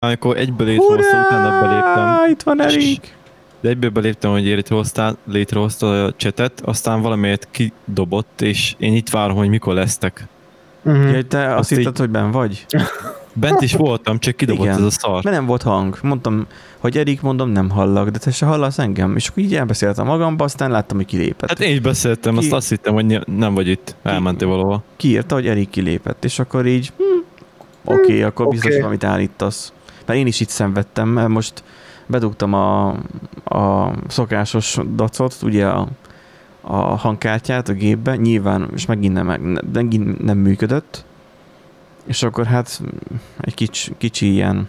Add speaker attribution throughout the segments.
Speaker 1: amikor egyből létrehozta, utána beléptem.
Speaker 2: Itt van Erik!
Speaker 1: De egyből beléptem, hogy létrehozta a csetet, aztán valamiért kidobott, és én itt várom, hogy mikor lesztek.
Speaker 2: Ja, te azt hitted, hogy benn vagy?
Speaker 1: Bent is voltam, csak kidobott ez a szar.
Speaker 2: Mert nem volt hang. Mondtam, hogy Erik, mondom, nem hallak, de te se hallasz engem. És akkor így elbeszéltem magamba, aztán láttam, hogy kilépett.
Speaker 1: Hát én is beszéltem, azt hittem, hogy nem vagy itt. Elmentél valahol.
Speaker 2: Kiírta, hogy Erik kilépett, és akkor így oké, akkor biztos valamit állítasz. Mert én is itt szenvedtem, mert most bedugtam a szokásos dacot, ugye a hangkártyát a gépbe, nyilván, és megint nem működött, és akkor hát egy kicsi ilyen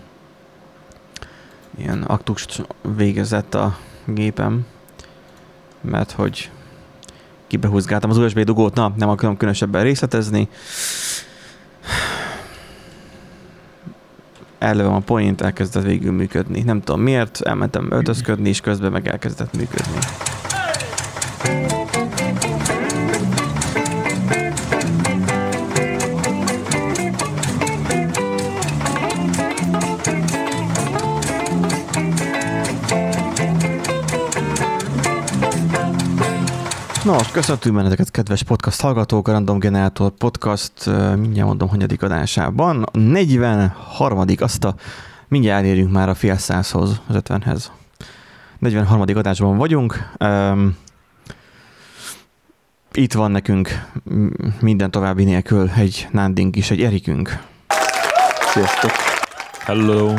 Speaker 2: aktust végezett a gépem, mert hogy kibehúzgáltam az USB dugót, nem akarom különösebben részletezni. Ellövöm a point, elkezdett végül működni. Nem tudom miért, elmentem öltözködni, és közben meg elkezdett működni. Nos, köszöntünk benneteket, kedves podcast hallgatók, a Random Generator Podcast, mindjárt mondom, hanyadik adásában. A 43. mindjárt elérünk már a fél százhoz, az 50-hez. 43. adásban vagyunk. Itt van nekünk minden további nélkül egy Nándink is, egy Erikünk.
Speaker 1: Sziasztok! Hello!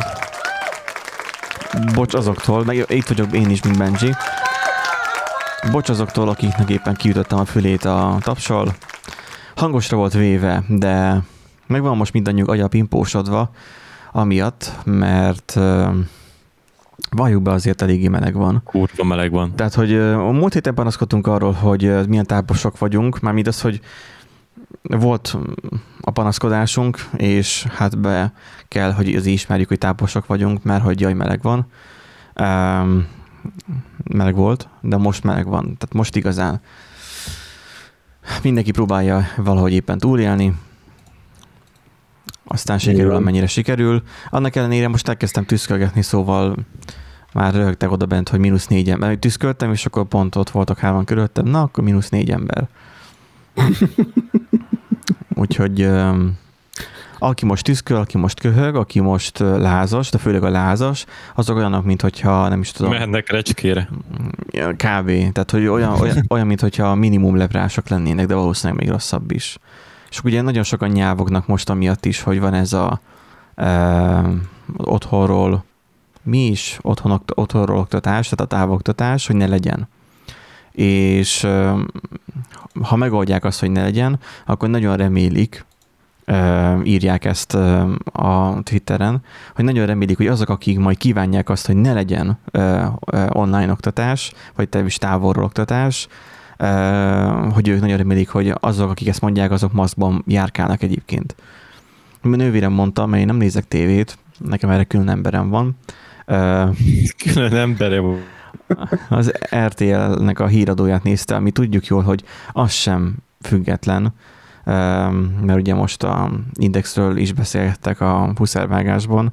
Speaker 2: Bocs azoktól, meg itt vagyok én is, mint Benji. Bocs azoktól, akiknek éppen kiütöttem a fülét a tapsal. Hangosra volt véve, de megvan most mindannyiuk agya pimpósodva, amiatt, mert valljuk be, azért eléggé meleg van.
Speaker 1: Kurva meleg van.
Speaker 2: Tehát, hogy a múlt héten panaszkodtunk arról, hogy milyen táposok vagyunk, mármint az, hogy volt a panaszkodásunk, és hát be kell, hogy az ismerjük, hogy táposok vagyunk, mert hogy jaj, meleg van. Meleg volt, de most meleg van. Tehát most igazán mindenki próbálja valahogy éppen túlélni, aztán sikerül, amennyire sikerül. Annak ellenére most elkezdtem tüszkölgetni, szóval már röhögtek oda bent, hogy -4 ember. Tüszköltem, és akkor pont ott voltak 3 körülöttem, na akkor -4 ember. Úgyhogy aki most tüszköl, aki most köhög, aki most lázas, de főleg a lázas, azok olyanok, mint hogyha nem is tudom.
Speaker 1: Mehetnek recskére.
Speaker 2: Kb. Tehát, hogy olyan mint hogyha minimum leprások lennének, de valószínűleg még rosszabb is. És ugye nagyon sokan nyávognak most amiatt is, hogy van ez a otthonról, mi is otthonról oktatás, tehát a távoktatás, hogy ne legyen. És ha megoldják azt, hogy ne legyen, akkor nagyon remélik, írják ezt a Twitteren, hogy nagyon remélik, hogy azok, akik majd kívánják azt, hogy ne legyen online oktatás, vagy te is távolról oktatás, hogy ők nagyon remélik, hogy azok, akik ezt mondják, azok maszkban járkálnak egyébként. Nővérem mondta, mert én nem nézek tévét, nekem erre külön emberem van.
Speaker 1: Külön emberem van.
Speaker 2: Az RTL-nek a híradóját nézte, ami tudjuk jól, hogy az sem független, mert ugye most a Indexről is beszéltek a huszárvágásban.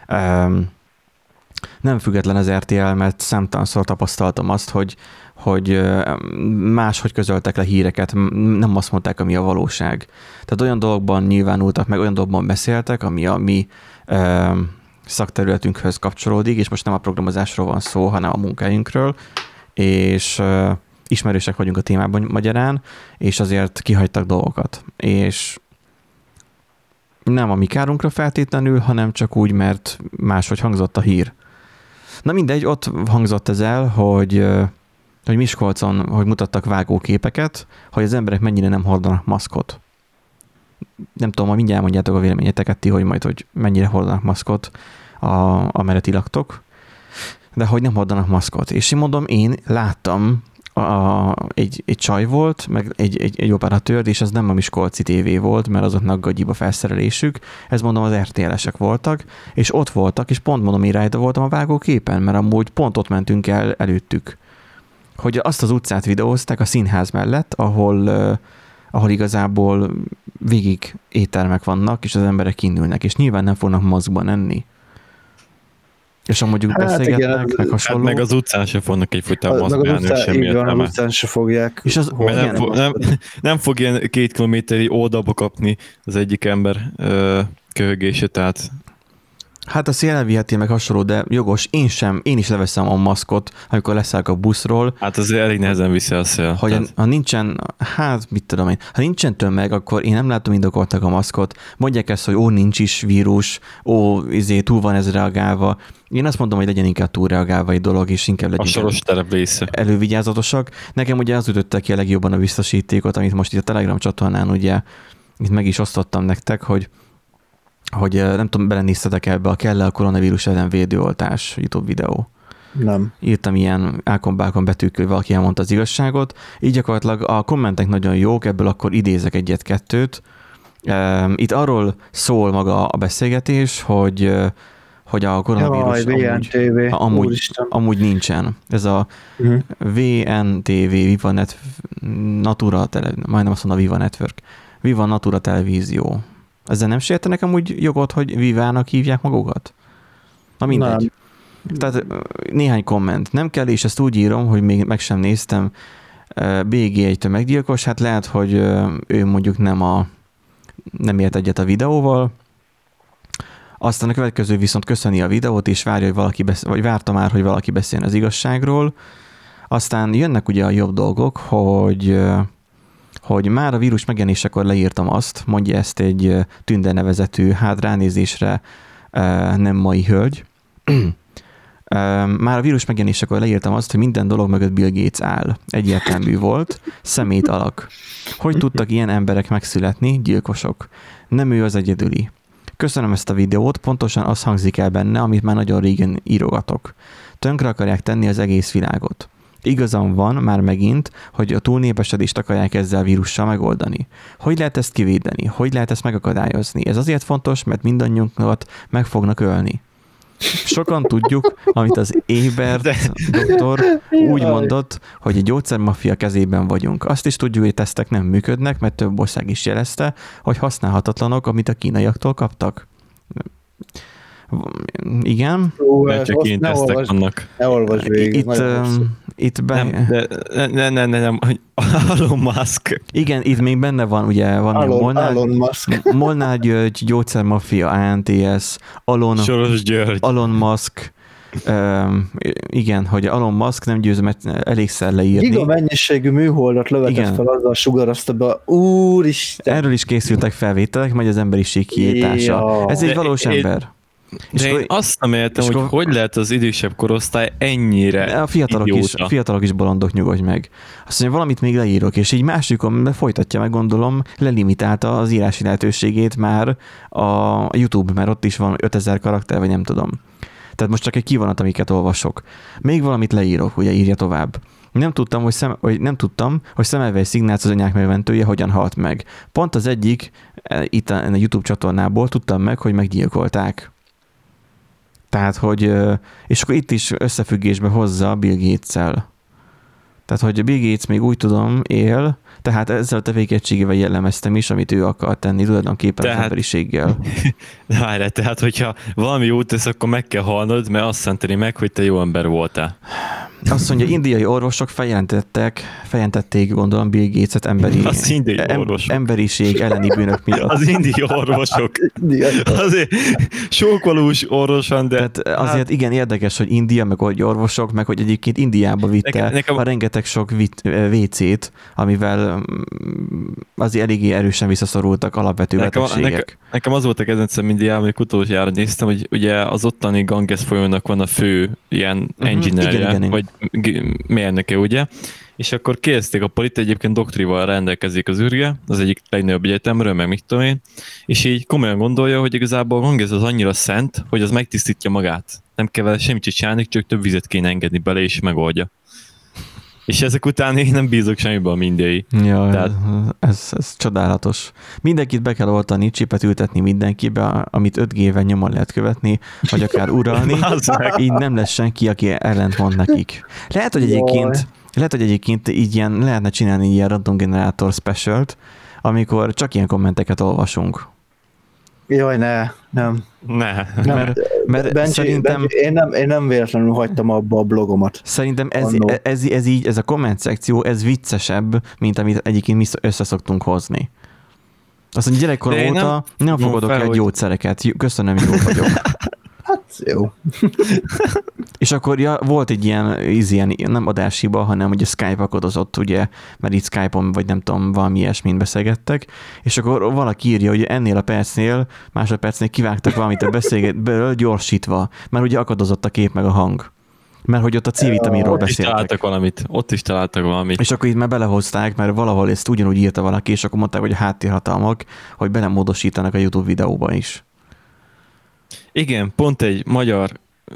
Speaker 2: Nem független az RTL, mert számtalanszor tapasztaltam azt, hogy máshogy közöltek le híreket, nem azt mondták, ami a valóság. Tehát olyan dolgokban nyilvánultak, meg olyan dolgokban beszéltek, ami a mi szakterületünkhöz kapcsolódik, és most nem a programozásról van szó, hanem a munkáinkről, és ismerősek vagyunk a témában magyarán, és azért kihagytak dolgokat. És nem a mi kárunkra feltétlenül, hanem csak úgy, mert máshogy hangzott a hír. Na mindegy, ott hangzott ez el, hogy Miskolcon, hogy mutattak vágóképeket, hogy az emberek mennyire nem hordanak maszkot. Nem tudom, mindjárt mondjátok a véleményeteket ti, hogy majd, hogy mennyire hordanak maszkot amereti laktok, de hogy nem hordanak maszkot. És én mondom, én láttam, egy csaj volt, meg egy operatőr, és az nem a Miskolci TV volt, mert azoknak gagyiba felszerelésük, ez mondom az RTL-esek voltak, és ott voltak, és pont mondom, én rajta voltam a vágóképen, mert amúgy pont ott mentünk el előttük. Hogy azt az utcát videózták a színház mellett, ahol igazából végig éttermek vannak, és az emberek indulnak, és nyilván nem fognak maszkban enni. És amúgy beszélgetnek, meg hasonló.
Speaker 1: Hát meg az utcán se fognak egyfolytában maszkálni, semmi
Speaker 3: értelme. Az utcán se fogják.
Speaker 2: És az,
Speaker 1: nem fog ilyen 2 kilométeri oldalba kapni az egyik ember köhögése, tehát...
Speaker 2: Hát a szél elviheti meg hasonló, de jogos, én is leveszem a maszkot, amikor leszállok a buszról.
Speaker 1: Hát azért elég nehezen viszi a szél.
Speaker 2: Hogy ha nincsen, hát mit tudom én, ha nincsen tömeg, akkor én nem látom indokoltak a maszkot. Mondják ezt, hogy nincs is vírus, túl van ez reagálva. Én azt mondom, hogy legyen inkább túlreagálva egy dolog, és inkább legyen
Speaker 1: a soros terep része.
Speaker 2: Elővigyázatosak. Nekem ugye az ütötte ki a legjobban a biztosítékot, amit most itt a Telegram csatornán ugye itt meg is osztottam nektek, hogy nem tudom, belenéztetek ebbe, kell-e a koronavírus ellen védőoltás YouTube videó.
Speaker 3: Nem.
Speaker 2: Írtam ilyen ákon-bákon betűkkel, hogy valaki elmondta az igazságot. Így gyakorlatilag a kommentek nagyon jók, ebből akkor idézek egyet-kettőt. Itt arról szól maga a beszélgetés, hogy a koronavírus amúgy nincsen. Ez a VNTV, majdnem azt mondom, Viva Network. Viva Natura Televízió. Ezzel nem sértenek amúgy jogot, hogy Vivának hívják magukat? Na mindegy. Nem. Tehát néhány komment. Nem kell, és ezt úgy írom, hogy még meg sem néztem. BG1-től meggyilkos, hát lehet, hogy ő mondjuk nem ért egyet a videóval. Aztán a következő viszont köszöni a videót, és várja, hogy valaki várta már, hogy valaki beszéljen az igazságról. Aztán jönnek ugye a jobb dolgok, hogy már a vírus megjelenésekor leírtam azt, mondja ezt egy Tünde nevezetű, hát ránézésre nem mai hölgy. Már a vírus megjelenésekor leírtam azt, hogy minden dolog mögött Bill Gates áll. Egyértelmű volt, szemét alak. Hogy tudtak ilyen emberek megszületni? Gyilkosok. Nem ő az egyedüli. Köszönöm ezt a videót, pontosan az hangzik el benne, amit már nagyon régen írogatok. Tönkre akarják tenni az egész világot. Igazam van már megint, hogy a túlnépesedést akarják ezzel a vírussal megoldani. Hogy lehet ezt kivédeni? Hogy lehet ezt megakadályozni? Ez azért fontos, mert mindannyiunkat meg fognak ölni. Sokan tudjuk, amit az Ebert doktor úgy mondott, hogy egy gyógyszermafia kezében vagyunk. Azt is tudjuk, hogy tesztek nem működnek, mert több ország is jelezte, hogy használhatatlanok, amit a kínaiaktól kaptak. Igen.
Speaker 1: Csak én tesztek vannak.
Speaker 3: Ne olvasd végig.
Speaker 1: Nem. Elon Musk.
Speaker 2: Igen, itt még benne van, ugye,
Speaker 3: Elon Musk.
Speaker 2: Molnár György, gyógyszermafia, ANTS,
Speaker 1: Soros György.
Speaker 2: Elon Musk, igen, hogy Elon Musk nem győző, mert elégszer leírni.
Speaker 3: Giga mennyiségű műholdat lövetett fel, azzal sugarazta be. Úristen!
Speaker 2: Erről is készültek felvételek, majd az emberiség kiírtása. Ez egy valós ember.
Speaker 1: De én azt nem értem, hogy lehet az idősebb korosztály ennyire
Speaker 2: a fiatalok is bolondok, nyugodj meg. Azt mondja, valamit még leírok, és így másikon folytatja meg, gondolom, lelimitálta az írási lehetőségét már a YouTube, mert ott is van 5000 karakter, vagy nem tudom. Tehát most csak egy kivonat, amiket olvasok. Még valamit leírok, ugye írja tovább. Nem tudtam, hogy Semmelweis Ignác az anyák megmentője hogyan halt meg. Pont az egyik, itt a YouTube csatornából tudtam meg, hogy meggyilkolták. Tehát, hogy, és akkor itt is összefüggésbe hozza Bill Gates-szel. Tehát, hogy Bill Gates még úgy tudom él, tehát ezzel a tevékenységével jellemeztem is, amit ő akar tenni tulajdonképpen az emberiséggel.
Speaker 1: Várj, tehát hogyha valami jót tesz, akkor meg kell halnod, mert azt szenteni meg, hogy te jó ember voltál.
Speaker 2: Azt mondja, indiai orvosok feljelentették, gondolom, Bill Gates-et emberiség elleni bűnök miatt.
Speaker 1: Az indiai orvosok. Azért sókolós orvosan, de...
Speaker 2: Tehát azért igen érdekes, hogy India, meg hogy orvosok, meg hogy egyébként Indiába vitte a rengeteg sok WC-t, amivel azért eléggé erősen visszaszorultak alapvető betegségek.
Speaker 1: Nekem az volt a kedvencem Indiában, hogy utoljára néztem, hogy ugye az ottani Ganges folyónak van a fő ilyen engineerje, vagy mérnöke, ugye? És akkor kérdezték a polit, egyébként doktrival rendelkezik az űrge, az egyik legnagyobb egyetemről, meg mit tudom én, és így komolyan gondolja, hogy igazából a Ganges az annyira szent, hogy az megtisztítja magát. Nem kell vele semmit csinálni, csak több vizet kéne engedni bele, és megoldja. És ezek után én nem bízok semmiben a mindjai.
Speaker 2: Ja, tehát... ez csodálatos. Mindenkit be kell oltani, csipet ültetni mindenkibe, amit 5G-vel nyomon lehet követni, vagy akár uralni. Így nem lesz senki, aki ellentmond nekik. Lehet, hogy egyébként így ilyen, lehetne csinálni ilyen random generator specialt, amikor csak ilyen kommenteket olvasunk.
Speaker 3: Jaj, nem.
Speaker 2: Mert szerintem...
Speaker 3: Én nem véletlenül hagytam abba a blogomat.
Speaker 2: Szerintem ez a komment szekció, ez viccesebb, mint amit egyébként mi összeszoktunk hozni. Azt mondja, gyerekkorom óta nem fogadok el gyógyszereket. Köszönöm, jó vagyok.
Speaker 3: Hát jó.
Speaker 2: És akkor volt egy ilyen nem adáshiba, hanem hogy a Skype akadozott, ugye, mert itt Skype-on, vagy nem tudom, valami ilyesmint beszélgettek, és akkor valaki írja, hogy ennél a másodpercnél kivágtak valamit a beszélgetből gyorsítva, mert ugye akadozott a kép meg a hang. Mert hogy ott a C-vitaminról beszéltek.
Speaker 1: Ott is találtak valamit.
Speaker 2: És akkor itt már belehozták, mert valahol ezt ugyanúgy írta valaki, és akkor mondták, hogy a háttérhatalmak, hogy belemódosítanak a YouTube videóban is.
Speaker 1: Igen, pont egy magyar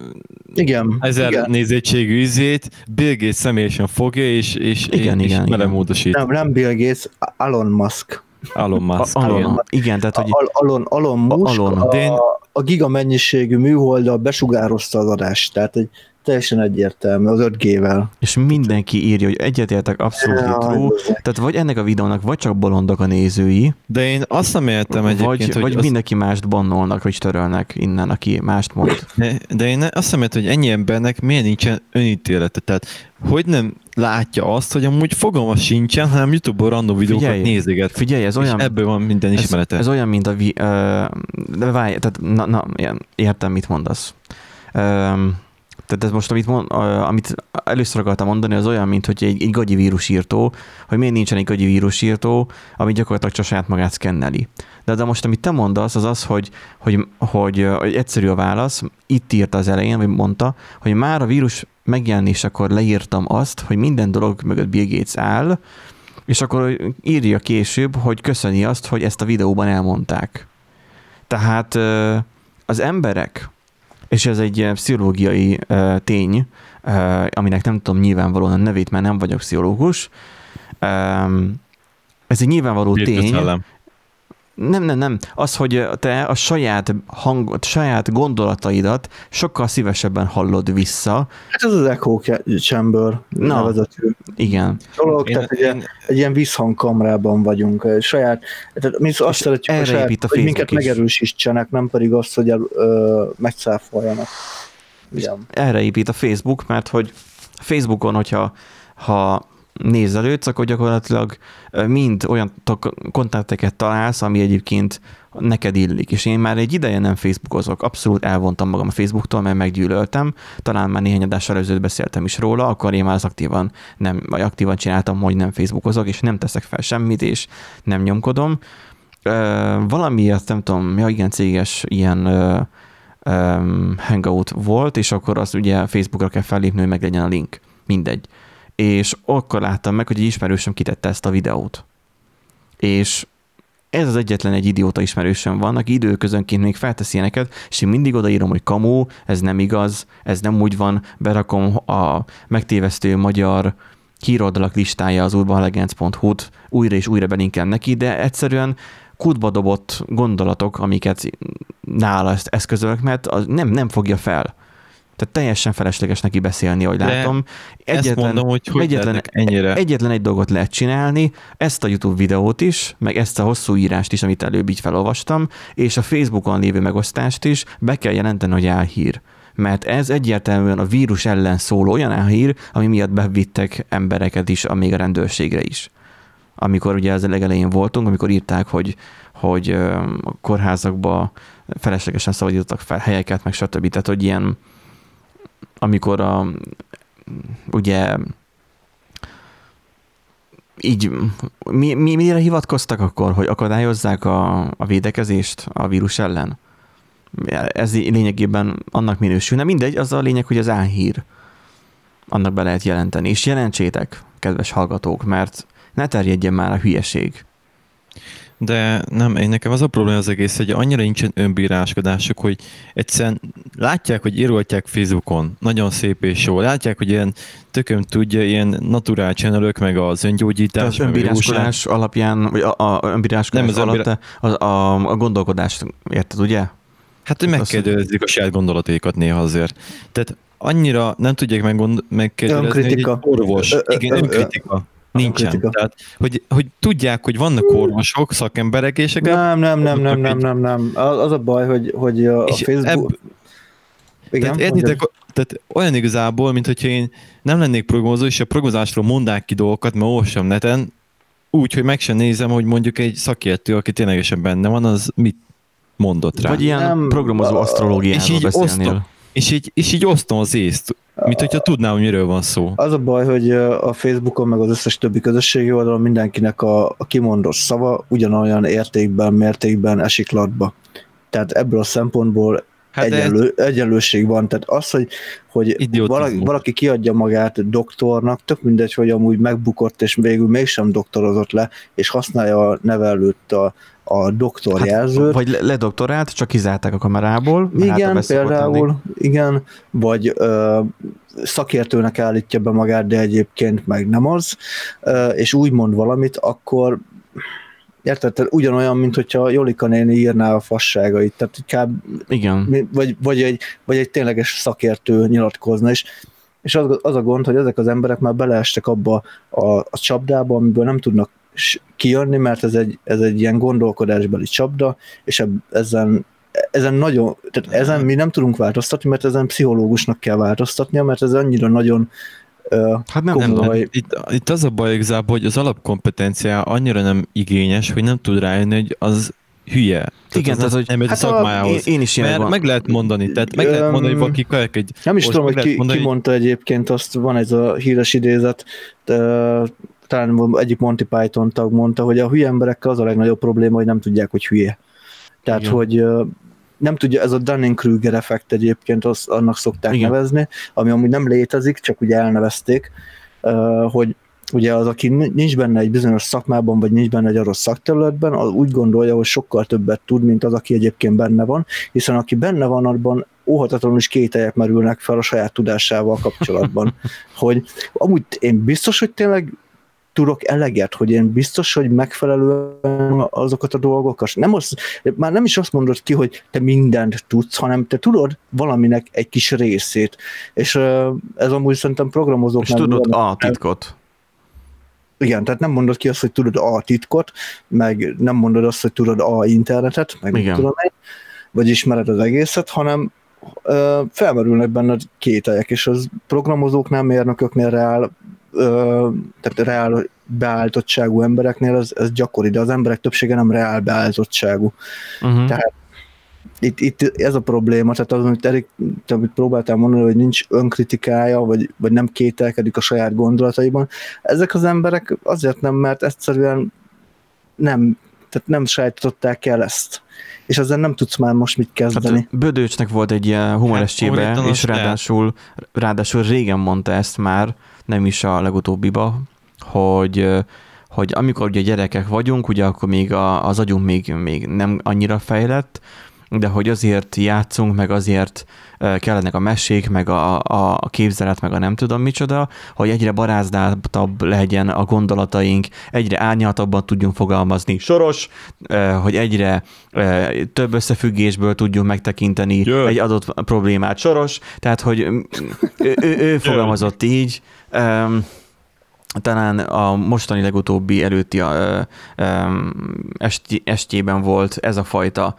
Speaker 1: 1000 nézettségű üzét Bill Gates személyesen fogja, és belemódosít.
Speaker 3: Nem Bill Gates, Elon Musk.
Speaker 2: Igen, tehát hogy...
Speaker 3: Elon Musk a giga mennyiségű műholddal besugározta az adást, tehát egy teljesen egyértelmű az 5G-vel.
Speaker 2: És mindenki írja, hogy egyetértek, abszolút true. Tehát vagy ennek a videónak vagy csak bolondok a nézői.
Speaker 1: De én azt nem értem egyébként,
Speaker 2: vagy mindenki mást bannolnak, vagy törölnek innen, aki mást mond.
Speaker 1: De én azt nem értem, hogy ennyi embernek miért nincsen önítélete. Tehát hogy nem látja azt, hogy amúgy fogalma sincsen, hanem YouTube-on random videókat nézeget.
Speaker 2: Figyelj, ez olyan...
Speaker 1: ebből van minden ismerete.
Speaker 2: Ez olyan, mint de várj, tehát értem, mit mondasz. Tehát ez most, amit először akartam mondani, az olyan, mint hogy egy gagyi vírusírtó, hogy miért nincsen egy gagyi vírusírtó, ami gyakorlatilag csak saját magát szkenneli. De most, amit te mondasz, az az, hogy egyszerű a válasz, itt írta az elején, vagy mondta, hogy már a vírus megjelenésekor leírtam azt, hogy minden dolog mögött Bill Gates áll, és akkor írja később, hogy köszöni azt, hogy ezt a videóban elmondták. Tehát az emberek, és ez egy pszichológiai tény, aminek nem tudom nyilvánvalóan a nevét, mert nem vagyok pszichológus. Ez egy nyilvánvaló tény. Nem. Az, hogy te a saját gondolataidat sokkal szívesebben hallod vissza.
Speaker 3: Hát ez az echo chamber nevezetű.
Speaker 2: Igen.
Speaker 3: Dolog, tehát egy ilyen visszhangkamrában vagyunk. Tehát mi azt szeretjük, hogy minket megerősítsenek, nem pedig azt, hogy megcáfoljanak. Igen.
Speaker 2: Erre épít a Facebook, mert hogy Facebookon, hogyha nézelődsz, akkor gyakorlatilag mind olyan kontakteket találsz, ami egyébként neked illik. És én már egy ideje nem Facebookozok. Abszolút elvontam magam a Facebooktól, mert meggyűlöltem. Talán már néhány adással előzőt beszéltem is róla, akkor én már az aktívan csináltam, hogy nem Facebookozok, és nem teszek fel semmit, és nem nyomkodom. Valamiért, nem tudom, igen, céges ilyen hangout volt, és akkor az ugye Facebookra kell fellépni, hogy meg legyen a link. Mindegy. És akkor láttam meg, hogy egy ismerősöm kitette ezt a videót. És ez az egyetlen egy idióta ismerősöm van, aki időközönként még feltesz ilyeneket, és én mindig odaírom, hogy kamu, ez nem igaz, ez nem úgy van, berakom a megtévesztő magyar híroldalak listája az urbanlegends.hu-t, újra és újra belinkelem neki, de egyszerűen kútba dobott gondolatok, amiket nála eszközölök, mert az nem fogja fel. Tehát teljesen felesleges neki beszélni, ahogy látom. Egyetlen egy dolgot lehet csinálni, ezt a YouTube videót is, meg ezt a hosszú írást is, amit előbb így felolvastam, és a Facebookon lévő megosztást is be kell jelenteni, hogy álhír. Mert ez egyértelműen a vírus ellen szóló olyan álhír, ami miatt bevittek embereket is, még a rendőrségre is. Amikor ugye az legelején voltunk, amikor írták, hogy a kórházakba feleslegesen szabadítottak fel helyeket, meg stb. Tehát, hogy ilyen amikor ugye így mire hivatkoztak akkor, hogy akadályozzák a védekezést a vírus ellen? Ez lényegében annak minősülne. Mindegy, az a lényeg, hogy az álhír. Annak be lehet jelenteni. És jelentsétek, kedves hallgatók, mert ne terjedjen már a hülyeség.
Speaker 1: De nem, én nekem az a probléma az egész, hogy annyira nincsen önbíráskodásuk, hogy egyszerűen látják, hogy íroltják Facebookon, nagyon szép és jó. Látják, hogy ilyen tököm tudja, ilyen naturál channelök, meg az öngyógyítás.
Speaker 2: Az önbíráskodás alapján, vagy a önbíráskodás alatt a gondolkodást érted, ugye?
Speaker 1: Hát, hogy megkérdőjezik a saját gondolatékat néha azért. Tehát annyira nem tudják megkérdőjezni, hogy egy orvos. Igen, önkritika. Nincsen. Tehát, hogy tudják, hogy vannak orvosok, szakemberek, és
Speaker 3: nem. Az a baj, hogy a Facebook...
Speaker 1: Igen, tehát olyan igazából, mint hogyha én nem lennék programozó, és a programozásról mondák ki dolgokat, mert olvasom neten, úgy, hogy meg sem nézem, hogy mondjuk egy szakértő, aki ténylegesen benne van, az mit mondott rá.
Speaker 2: Vagy ilyen programozó asztrológiáról beszélnél.
Speaker 1: És így osztom az észt, mint hogyha tudnám, hogy miről van szó.
Speaker 3: Az a baj, hogy a Facebookon, meg az összes többi közösségi oldalon mindenkinek a kimondott szava ugyanolyan értékben, mértékben esik latba. Tehát ebből a szempontból egyenlőség van. Tehát az, hogy valaki kiadja magát doktornak, tök mindegy, hogy amúgy megbukott, és végül mégsem doktorozott le, és használja a neve előtt a doktorjelzőt.
Speaker 2: Vagy ledoktorált, csak kizárták a kamerából.
Speaker 3: Igen, például, igen, vagy szakértőnek állítja be magát, de egyébként meg nem az, és úgy mond valamit, akkor érted? Ugyanolyan, mint hogyha Jolika néni írná a fasságait, tehát
Speaker 2: igen.
Speaker 3: Vagy egy tényleges szakértő nyilatkozna, és az a gond, hogy ezek az emberek már beleestek abba a csapdába, amiből nem tudnak kijönni, mert ez egy ilyen gondolkodásbeli csapda, és ezen nagyon, tehát ezen mi nem tudunk változtatni, mert ezen pszichológusnak kell változtatnia, mert ez annyira nagyon
Speaker 2: hát nem.
Speaker 1: Itt az a baj igazából, hogy az alapkompetenciá annyira nem igényes, hogy nem tud rájönni, hogy az hülye.
Speaker 2: Igen, tehát hogy
Speaker 1: a szakmájához.
Speaker 2: Én is
Speaker 1: mert meg lehet mondani, tehát meg lehet mondani, hogy valaki kajak egy...
Speaker 3: Nem is tudom, hogy ki mondta egyébként, azt van ez a híres idézet, talán egyik Monty Python tag mondta, hogy a hülye emberekkel az a legnagyobb probléma, hogy nem tudják, hogy hülye. Tehát, igen. Hogy nem tudja, ez a Dunning-Kruger effekt egyébként, annak szokták igen. nevezni, ami amúgy nem létezik, csak ugye elnevezték, hogy ugye az, aki nincs benne egy bizonyos szakmában, vagy nincs benne egy adott szakterületben, az úgy gondolja, hogy sokkal többet tud, mint az, aki egyébként benne van, hiszen aki benne van, abban óhatatlanul is kételyek merülnek fel a saját tudásával kapcsolatban. Hogy amúgy én biztos, hogy tényleg tudok eleget, hogy én biztos, hogy megfelelően azokat a dolgokat. Már nem is azt mondod ki, hogy te mindent tudsz, hanem te tudod valaminek egy kis részét. És ez amúgy szerintem programozóknál...
Speaker 2: És tudod a titkot.
Speaker 3: Igen, tehát nem mondod ki azt, hogy tudod a titkot, meg nem mondod azt, hogy tudod a internetet, meg nem tudom én, vagy ismered az egészet, hanem felmerülnek benned kételyek, és az programozóknál, mérnököknél tehát reál beállítottságú embereknél ez gyakori, de az emberek többsége nem reál beállítottságú. Uh-huh. Tehát itt ez a probléma, tehát az, amit próbáltál mondani, hogy nincs önkritikája, vagy nem kételkedik a saját gondolataiban. Ezek az emberek azért nem, mert egyszerűen nem sajátították el ezt. És ezzel nem tudsz már most mit kezdeni.
Speaker 2: Hát Bödöcsnek volt egy ilyen humorescsébe, és ráadásul régen mondta ezt már, nem is a legutóbbiba, hogy amikor ugye gyerekek vagyunk, ugye akkor még az agyunk még nem annyira fejlett, de hogy azért játszunk, meg azért kellenek a mesék, meg a képzelet, meg a nem tudom micsoda, hogy egyre barázdáltabb legyen a gondolataink, egyre árnyaltabban tudjunk fogalmazni. Soros, hogy egyre több összefüggésből tudjunk megtekinteni egy adott problémát. Soros, tehát, hogy ő fogalmazott így, talán a mostani legutóbbi előtti estjében volt ez a fajta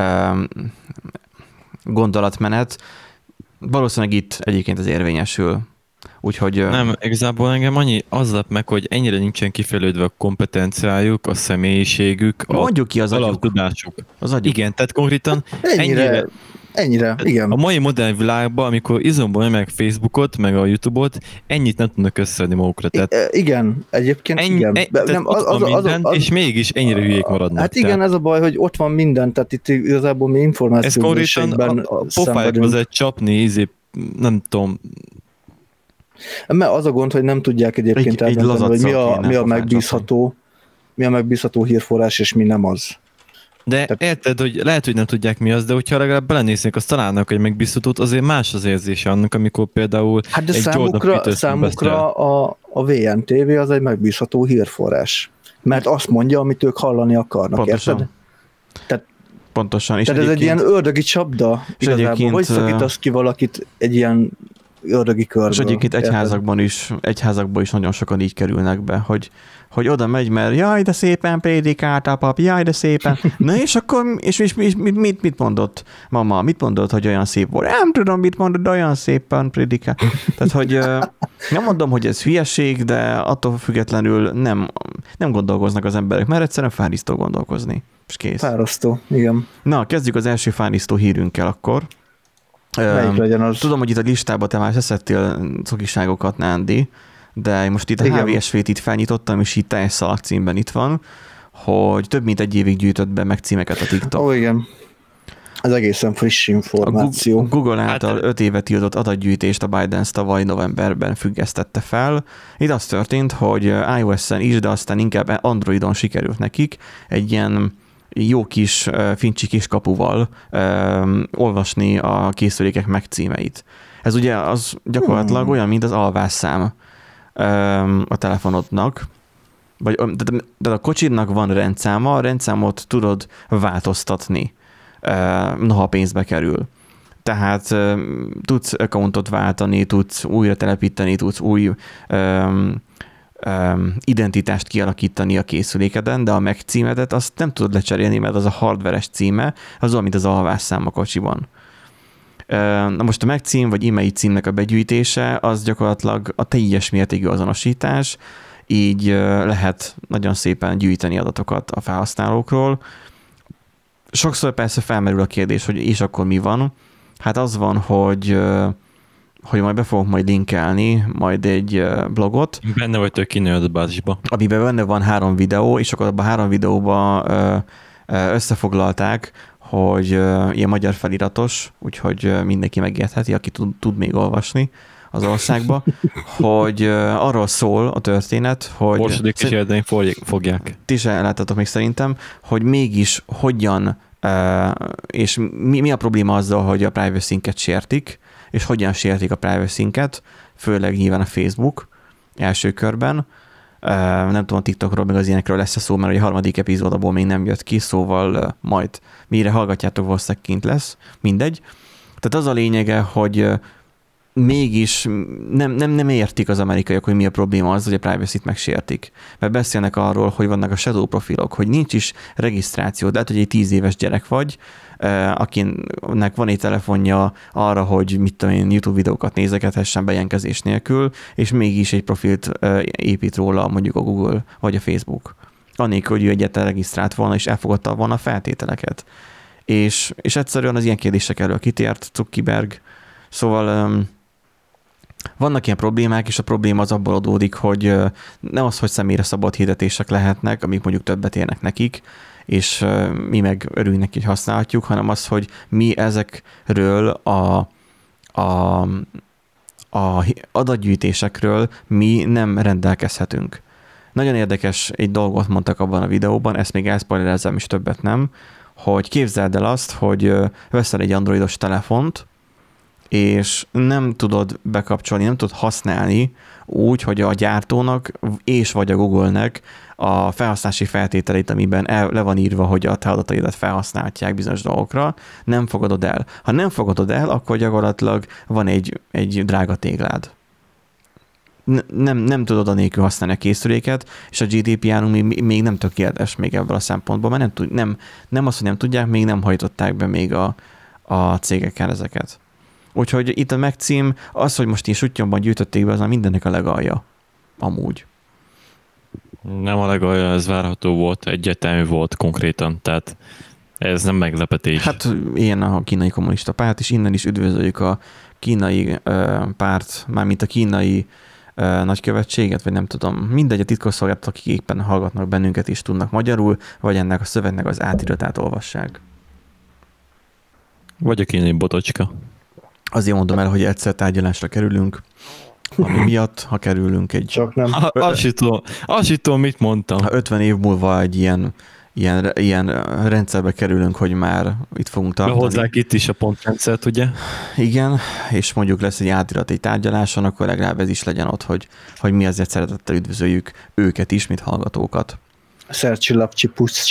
Speaker 2: gondolatmenet. Valószínűleg itt egyébként ez érvényesül. Úgyhogy...
Speaker 1: Nem, igazából engem az lep meg, hogy ennyire nincsen kifejlődve a kompetenciájuk, a személyiségük,
Speaker 2: mondjuk ki az
Speaker 1: alaptudásuk.
Speaker 2: Az agyuk.
Speaker 1: Igen, tehát konkrétan
Speaker 3: ennyire, igen.
Speaker 1: A mai modern világban, amikor izomból meg Facebookot, meg a YouTube-ot, ennyit nem tudnak összeadni magukra. Tehát
Speaker 3: igen, egyébként igen.
Speaker 1: Nem, és mégis ennyire hülyék maradnak.
Speaker 3: Hát igen, tehát... ez a baj, hogy ott van minden, tehát itt igazából mi információban
Speaker 1: a pofájukhoz egy csapni, nem tudom.
Speaker 3: Mert az a gond, hogy nem tudják egyébként eldönteni, hogy mi a megbízható hírforrás, és mi nem az.
Speaker 1: De érted, hogy lehet, hogy nem tudják mi az, de hogyha legalább belenéznék, azt találnak egy megbízhatót, azért más az érzése annak, amikor például
Speaker 3: hát de számukra a VNTV az egy megbízható hírforrás. Mert azt mondja, amit ők hallani akarnak,
Speaker 2: pontosan.
Speaker 3: Érted?
Speaker 2: Pontosan. És
Speaker 3: tehát ez egy ilyen ördögi csapda igazából. Hogy szakítasz ki valakit egy ilyen ördögi körből.
Speaker 2: És egyébként egyházakban is nagyon sokan így kerülnek be, hogy oda megy, mert jaj, de szépen prédikált a pap, jaj, de szépen. Na és akkor, és mit mondott mama? Mit mondott, hogy olyan szép volt? Nem tudom, mit mondott, de olyan szépen prédikált. Tehát, hogy nem mondom, hogy ez hülyeség, de attól függetlenül nem gondolkoznak az emberek, mert egyszerűen fárisztó gondolkozni. És kész.
Speaker 3: Fárasztó, igen.
Speaker 2: Na, kezdjük az első fárisztó hírünkkel akkor.
Speaker 3: Melyik legyen az?
Speaker 2: Tudom, hogy itt a listába te már szedtél cukiságokat, Nándi, de most itt a HVSV-t itt felnyitottam, és itt teljes szalagcímben itt van, hogy több mint egy évig gyűjtött be meg címeket a TikTok.
Speaker 3: Ó, igen. Ez egészen friss információ.
Speaker 2: A Google által 5 éve tiltott adatgyűjtést a ByteDance tavaly novemberben függesztette fel. Itt az történt, hogy iOS-en is, de aztán inkább Androidon sikerült nekik egy ilyen jó kis fincsi kiskapuval olvasni a készülékek megcímeit. Ez ugye az gyakorlatilag olyan, mint az alvásszám a telefonodnak, de a kocsidnak van rendszáma, a rendszámot tudod változtatni, noha pénzbe kerül. Tehát tudsz accountot váltani, tudsz újra telepíteni, tudsz új identitást kialakítani a készülékeden, de a megcímedet azt nem tudod lecserélni, mert az a hardveres címe, az olyan, mint az alvásszám a kocsiban. Na most a megcím vagy e-mail címnek a begyűjtése az gyakorlatilag a teljes mértékű azonosítás, így lehet nagyon szépen gyűjteni adatokat a felhasználókról. Sokszor persze felmerül a kérdés, hogy és akkor mi van? Hát az van, hogy majd be fogok majd linkelni majd egy blogot.
Speaker 1: Benne vagytok kinő adatbázisba.
Speaker 2: Amiben benne van 3 videó, és akkor abban 3 videóban összefoglalták, hogy ilyen magyar feliratos, úgyhogy mindenki megértheti, aki tud még olvasni az országba, hogy arról szól a történet, hogy...
Speaker 1: Borsodik és érdeink fogják.
Speaker 2: Ti se láttatok még szerintem, hogy mégis hogyan, és mi a probléma azzal, hogy a privacy-nket sértik, és hogyan sértik a privacy-nket, főleg nyilván a Facebook első körben. Nem tudom, a TikTokról meg az ilyenekről lesz a szó, mert a harmadik epizódból még nem jött ki, szóval majd mire hallgatjátok, valószínűleg kint lesz, mindegy. Tehát az a lényege, hogy mégis nem értik az amerikaiak, hogy mi a probléma az, hogy a privacy-t megsértik. Mert beszélnek arról, hogy vannak a shadow profilok, hogy nincs is regisztráció, de hát, hogy egy 10 éves gyerek vagy, akinek van egy telefonja arra, hogy mit tudom én, YouTube videókat nézegethessen bejelentkezés nélkül, és mégis egy profilt épít róla mondjuk a Google vagy a Facebook. Annélkül, hogy ő egyáltalán regisztrált volna, és elfogadta volna a feltételeket. És egyszerűen az ilyen kérdések elől kitért Zuckerberg. Szóval vannak ilyen problémák, és a probléma az abból adódik, hogy nem az, hogy személyre szabott hirdetések lehetnek, amik mondjuk többet érnek nekik, és mi meg örülünk neki, hogy használhatjuk, hanem az, hogy mi ezekről a adatgyűjtésekről mi nem rendelkezhetünk. Nagyon érdekes egy dolgot mondtak abban a videóban, ezt még elszpoilerezem, és többet nem, hogy képzeld el azt, hogy veszel egy androidos telefont, és nem tudod bekapcsolni, nem tudod használni úgy, hogy a gyártónak és vagy a Google-nek a felhasználási feltételeit, amiben le van írva, hogy a te adataidat felhasználhatják bizonyos dolgokra, nem fogadod el. Ha nem fogadod el, akkor gyakorlatilag van egy drága téglád. Nem tudod anélkül használni a készüléket, és a GDPR-unk még nem tökéletes még ebből a szempontból, mert nem az, hogy nem tudják, még nem hajtották be még a cégekkel ezeket. Úgyhogy itt a megcím, az, hogy most ilyen suttyomban gyűjtötték be, az már mindennek a legalja. Amúgy.
Speaker 1: Nem a legalja, ez várható volt, egyértelmű volt konkrétan, tehát ez nem meglepetés.
Speaker 2: Hát ilyen a kínai kommunista párt, és innen is üdvözöljük a kínai párt, mármint a kínai nagykövetséget, vagy nem tudom, mindegy, a titkosszolgálatok, akik éppen hallgatnak bennünket is tudnak magyarul, vagy ennek a szövegnek az átiratát olvassák.
Speaker 1: Vagy a kínai botocska.
Speaker 2: Azért mondom el, hogy egyszer tárgyalásra kerülünk, ami miatt, ha kerülünk egy...
Speaker 3: Csak nem.
Speaker 1: Azt tudom, mit mondtam.
Speaker 2: Ha 50 év múlva egy ilyen rendszerbe kerülünk, hogy már itt fogunk tartani.
Speaker 1: Behozzák itt is a pontrendszert, ugye?
Speaker 2: Igen, és mondjuk lesz egy átirat egy tárgyaláson, akkor legalább ez is legyen ott, hogy mi azért szeretettel üdvözöljük őket is, mint hallgatókat.
Speaker 3: Szercsi lapcsi puszcsi.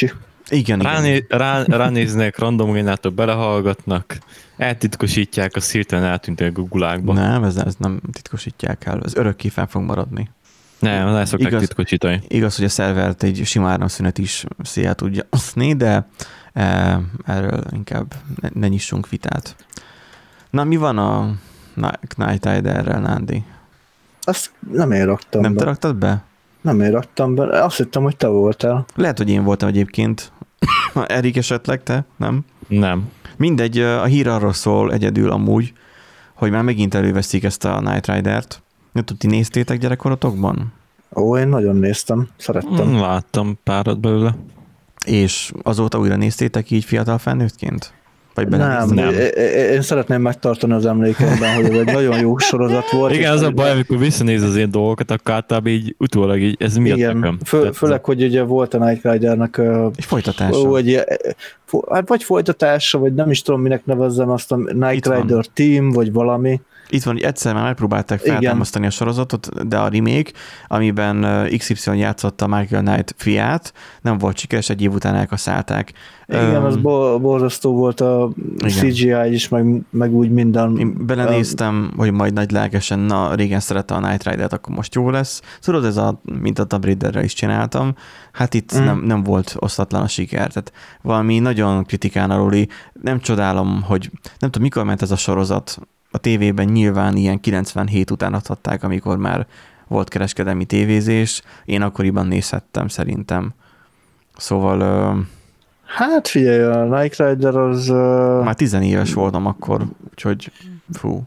Speaker 2: Igen.
Speaker 1: Ránéznek, random génától belehallgatnak, eltitkosítják, azt hirtelen eltűntek a gulákba.
Speaker 2: Nem, ez nem titkosítják el, ez örökké fel fog maradni.
Speaker 1: Nem, el szokták titkosítani.
Speaker 2: Igaz, hogy a szervert egy sima áramszünet is szél tudja oszni, de erről inkább ne nyissunk vitát. Na, mi van a Knight Riderrel, Nándi?
Speaker 3: Azt nem én raktam be.
Speaker 2: Nem te raktad be?
Speaker 3: Nem én raktam be, azt hittem, hogy te voltál.
Speaker 2: Lehet, hogy én voltam egyébként. Erik esetleg, te? Nem?
Speaker 1: Nem.
Speaker 2: Mindegy, a hír arról szól egyedül amúgy, hogy már megint előveszik ezt a Knight Ridert. Nem tudom, ti néztétek gyerekkorotokban?
Speaker 3: Ó, én nagyon néztem, szerettem.
Speaker 1: Láttam párat belőle.
Speaker 2: És azóta újra néztétek így fiatal felnőttként? Vagy
Speaker 3: nem. Én szeretném megtartani az emlékeimben, hogy ez egy nagyon jó sorozat volt.
Speaker 1: Igen, az a baj, amikor visszanéz az én dolgokat, akkor általában így utólag így, ez miatt nekem.
Speaker 3: Főleg, hogy ugye volt a Knight Ridernek
Speaker 2: egy folytatása.
Speaker 3: Vagy folytatása, vagy nem is tudom, minek nevezzem azt a Knight Rider Team, vagy valami.
Speaker 2: Itt van, hogy egyszer már megpróbálták feltámasztani a sorozatot, de a remake, amiben XY játszotta Michael Knight fiát, nem volt sikeres, egy év után elkaszálták.
Speaker 3: Igen, az borzasztó volt a CGI is, meg úgy minden.
Speaker 2: Én belenéztem, hogy majd nagy lelkesen, na régen szerette a Knight Rider-t, akkor most jó lesz. Tudod, ez mint a Tomb Raiderre is csináltam, hát itt nem volt osztatlan a siker. Tehát valami nagyon kritikán aluli, nem csodálom, hogy nem tudom, mikor ment ez a sorozat. A tévében nyilván ilyen 97 után adhatták, amikor már volt kereskedelmi tévézés. Én akkoriban nézhettem szerintem. Szóval...
Speaker 3: Hát figyelj, a Knight Rider az...
Speaker 2: Már 10 éves voltam akkor, úgyhogy fú.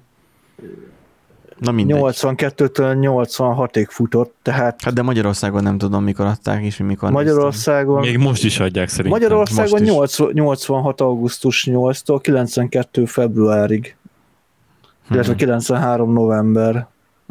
Speaker 2: Na mindegy.
Speaker 3: 82-től 86-ig futott, tehát...
Speaker 2: Hát de Magyarországon nem tudom, mikor adták és mikor
Speaker 3: Magyarországon...
Speaker 1: Még most is adják szerintem.
Speaker 3: Magyarországon 86. augusztus 8-tól 92. februárig. Illetve 93. november.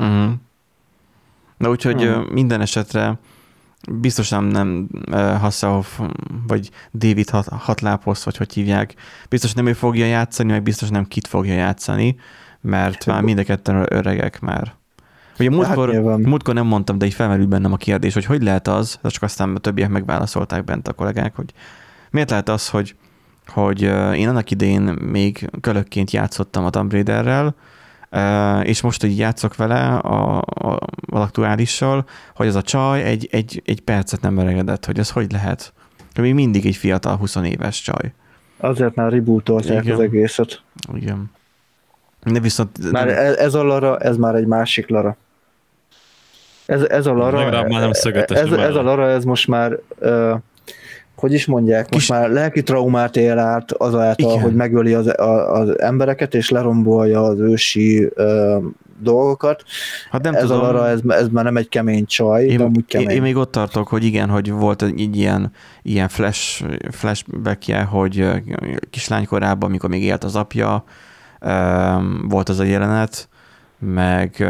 Speaker 2: Na úgyhogy minden esetre biztosan nem Hasselhoff, vagy David Hatláposz, vagy hogy hívják, biztos nem ő fogja játszani, meg biztos nem Kit fogja játszani, mert már mind a ketten öregek már. Ugye múltkor nem mondtam, de így felmerült bennem a kérdés, hogy lehet az, de csak aztán a többiek megválaszolták bent a kollégák, hogy miért lehet az, hogy én annak idején még kölökként játszottam a Tomb Raiderrel, és most így játszok vele az aktuálissal, hogy az a csaj egy percet nem öregedett, hogy ez hogy lehet? Még mindig egy fiatal 20 éves csaj.
Speaker 3: Azért már rebootolták az egészet.
Speaker 2: Igen. De viszont...
Speaker 3: Már ez a Lara, ez már egy másik Lara. Ez a Lara... Ez a Lara, ez most már... hogy is mondják, most már lelki traumát él át azáltal, hogy megöli az embereket, és lerombolja az ősi dolgokat. Hát nem ez tudom. Ez már nem egy kemény csaj, de amúgy kemény.
Speaker 2: Én még ott tartok, hogy igen, hogy volt egy ilyen flashbackje, hogy kislánykorában, amikor még élt az apja, volt az a jelenet, meg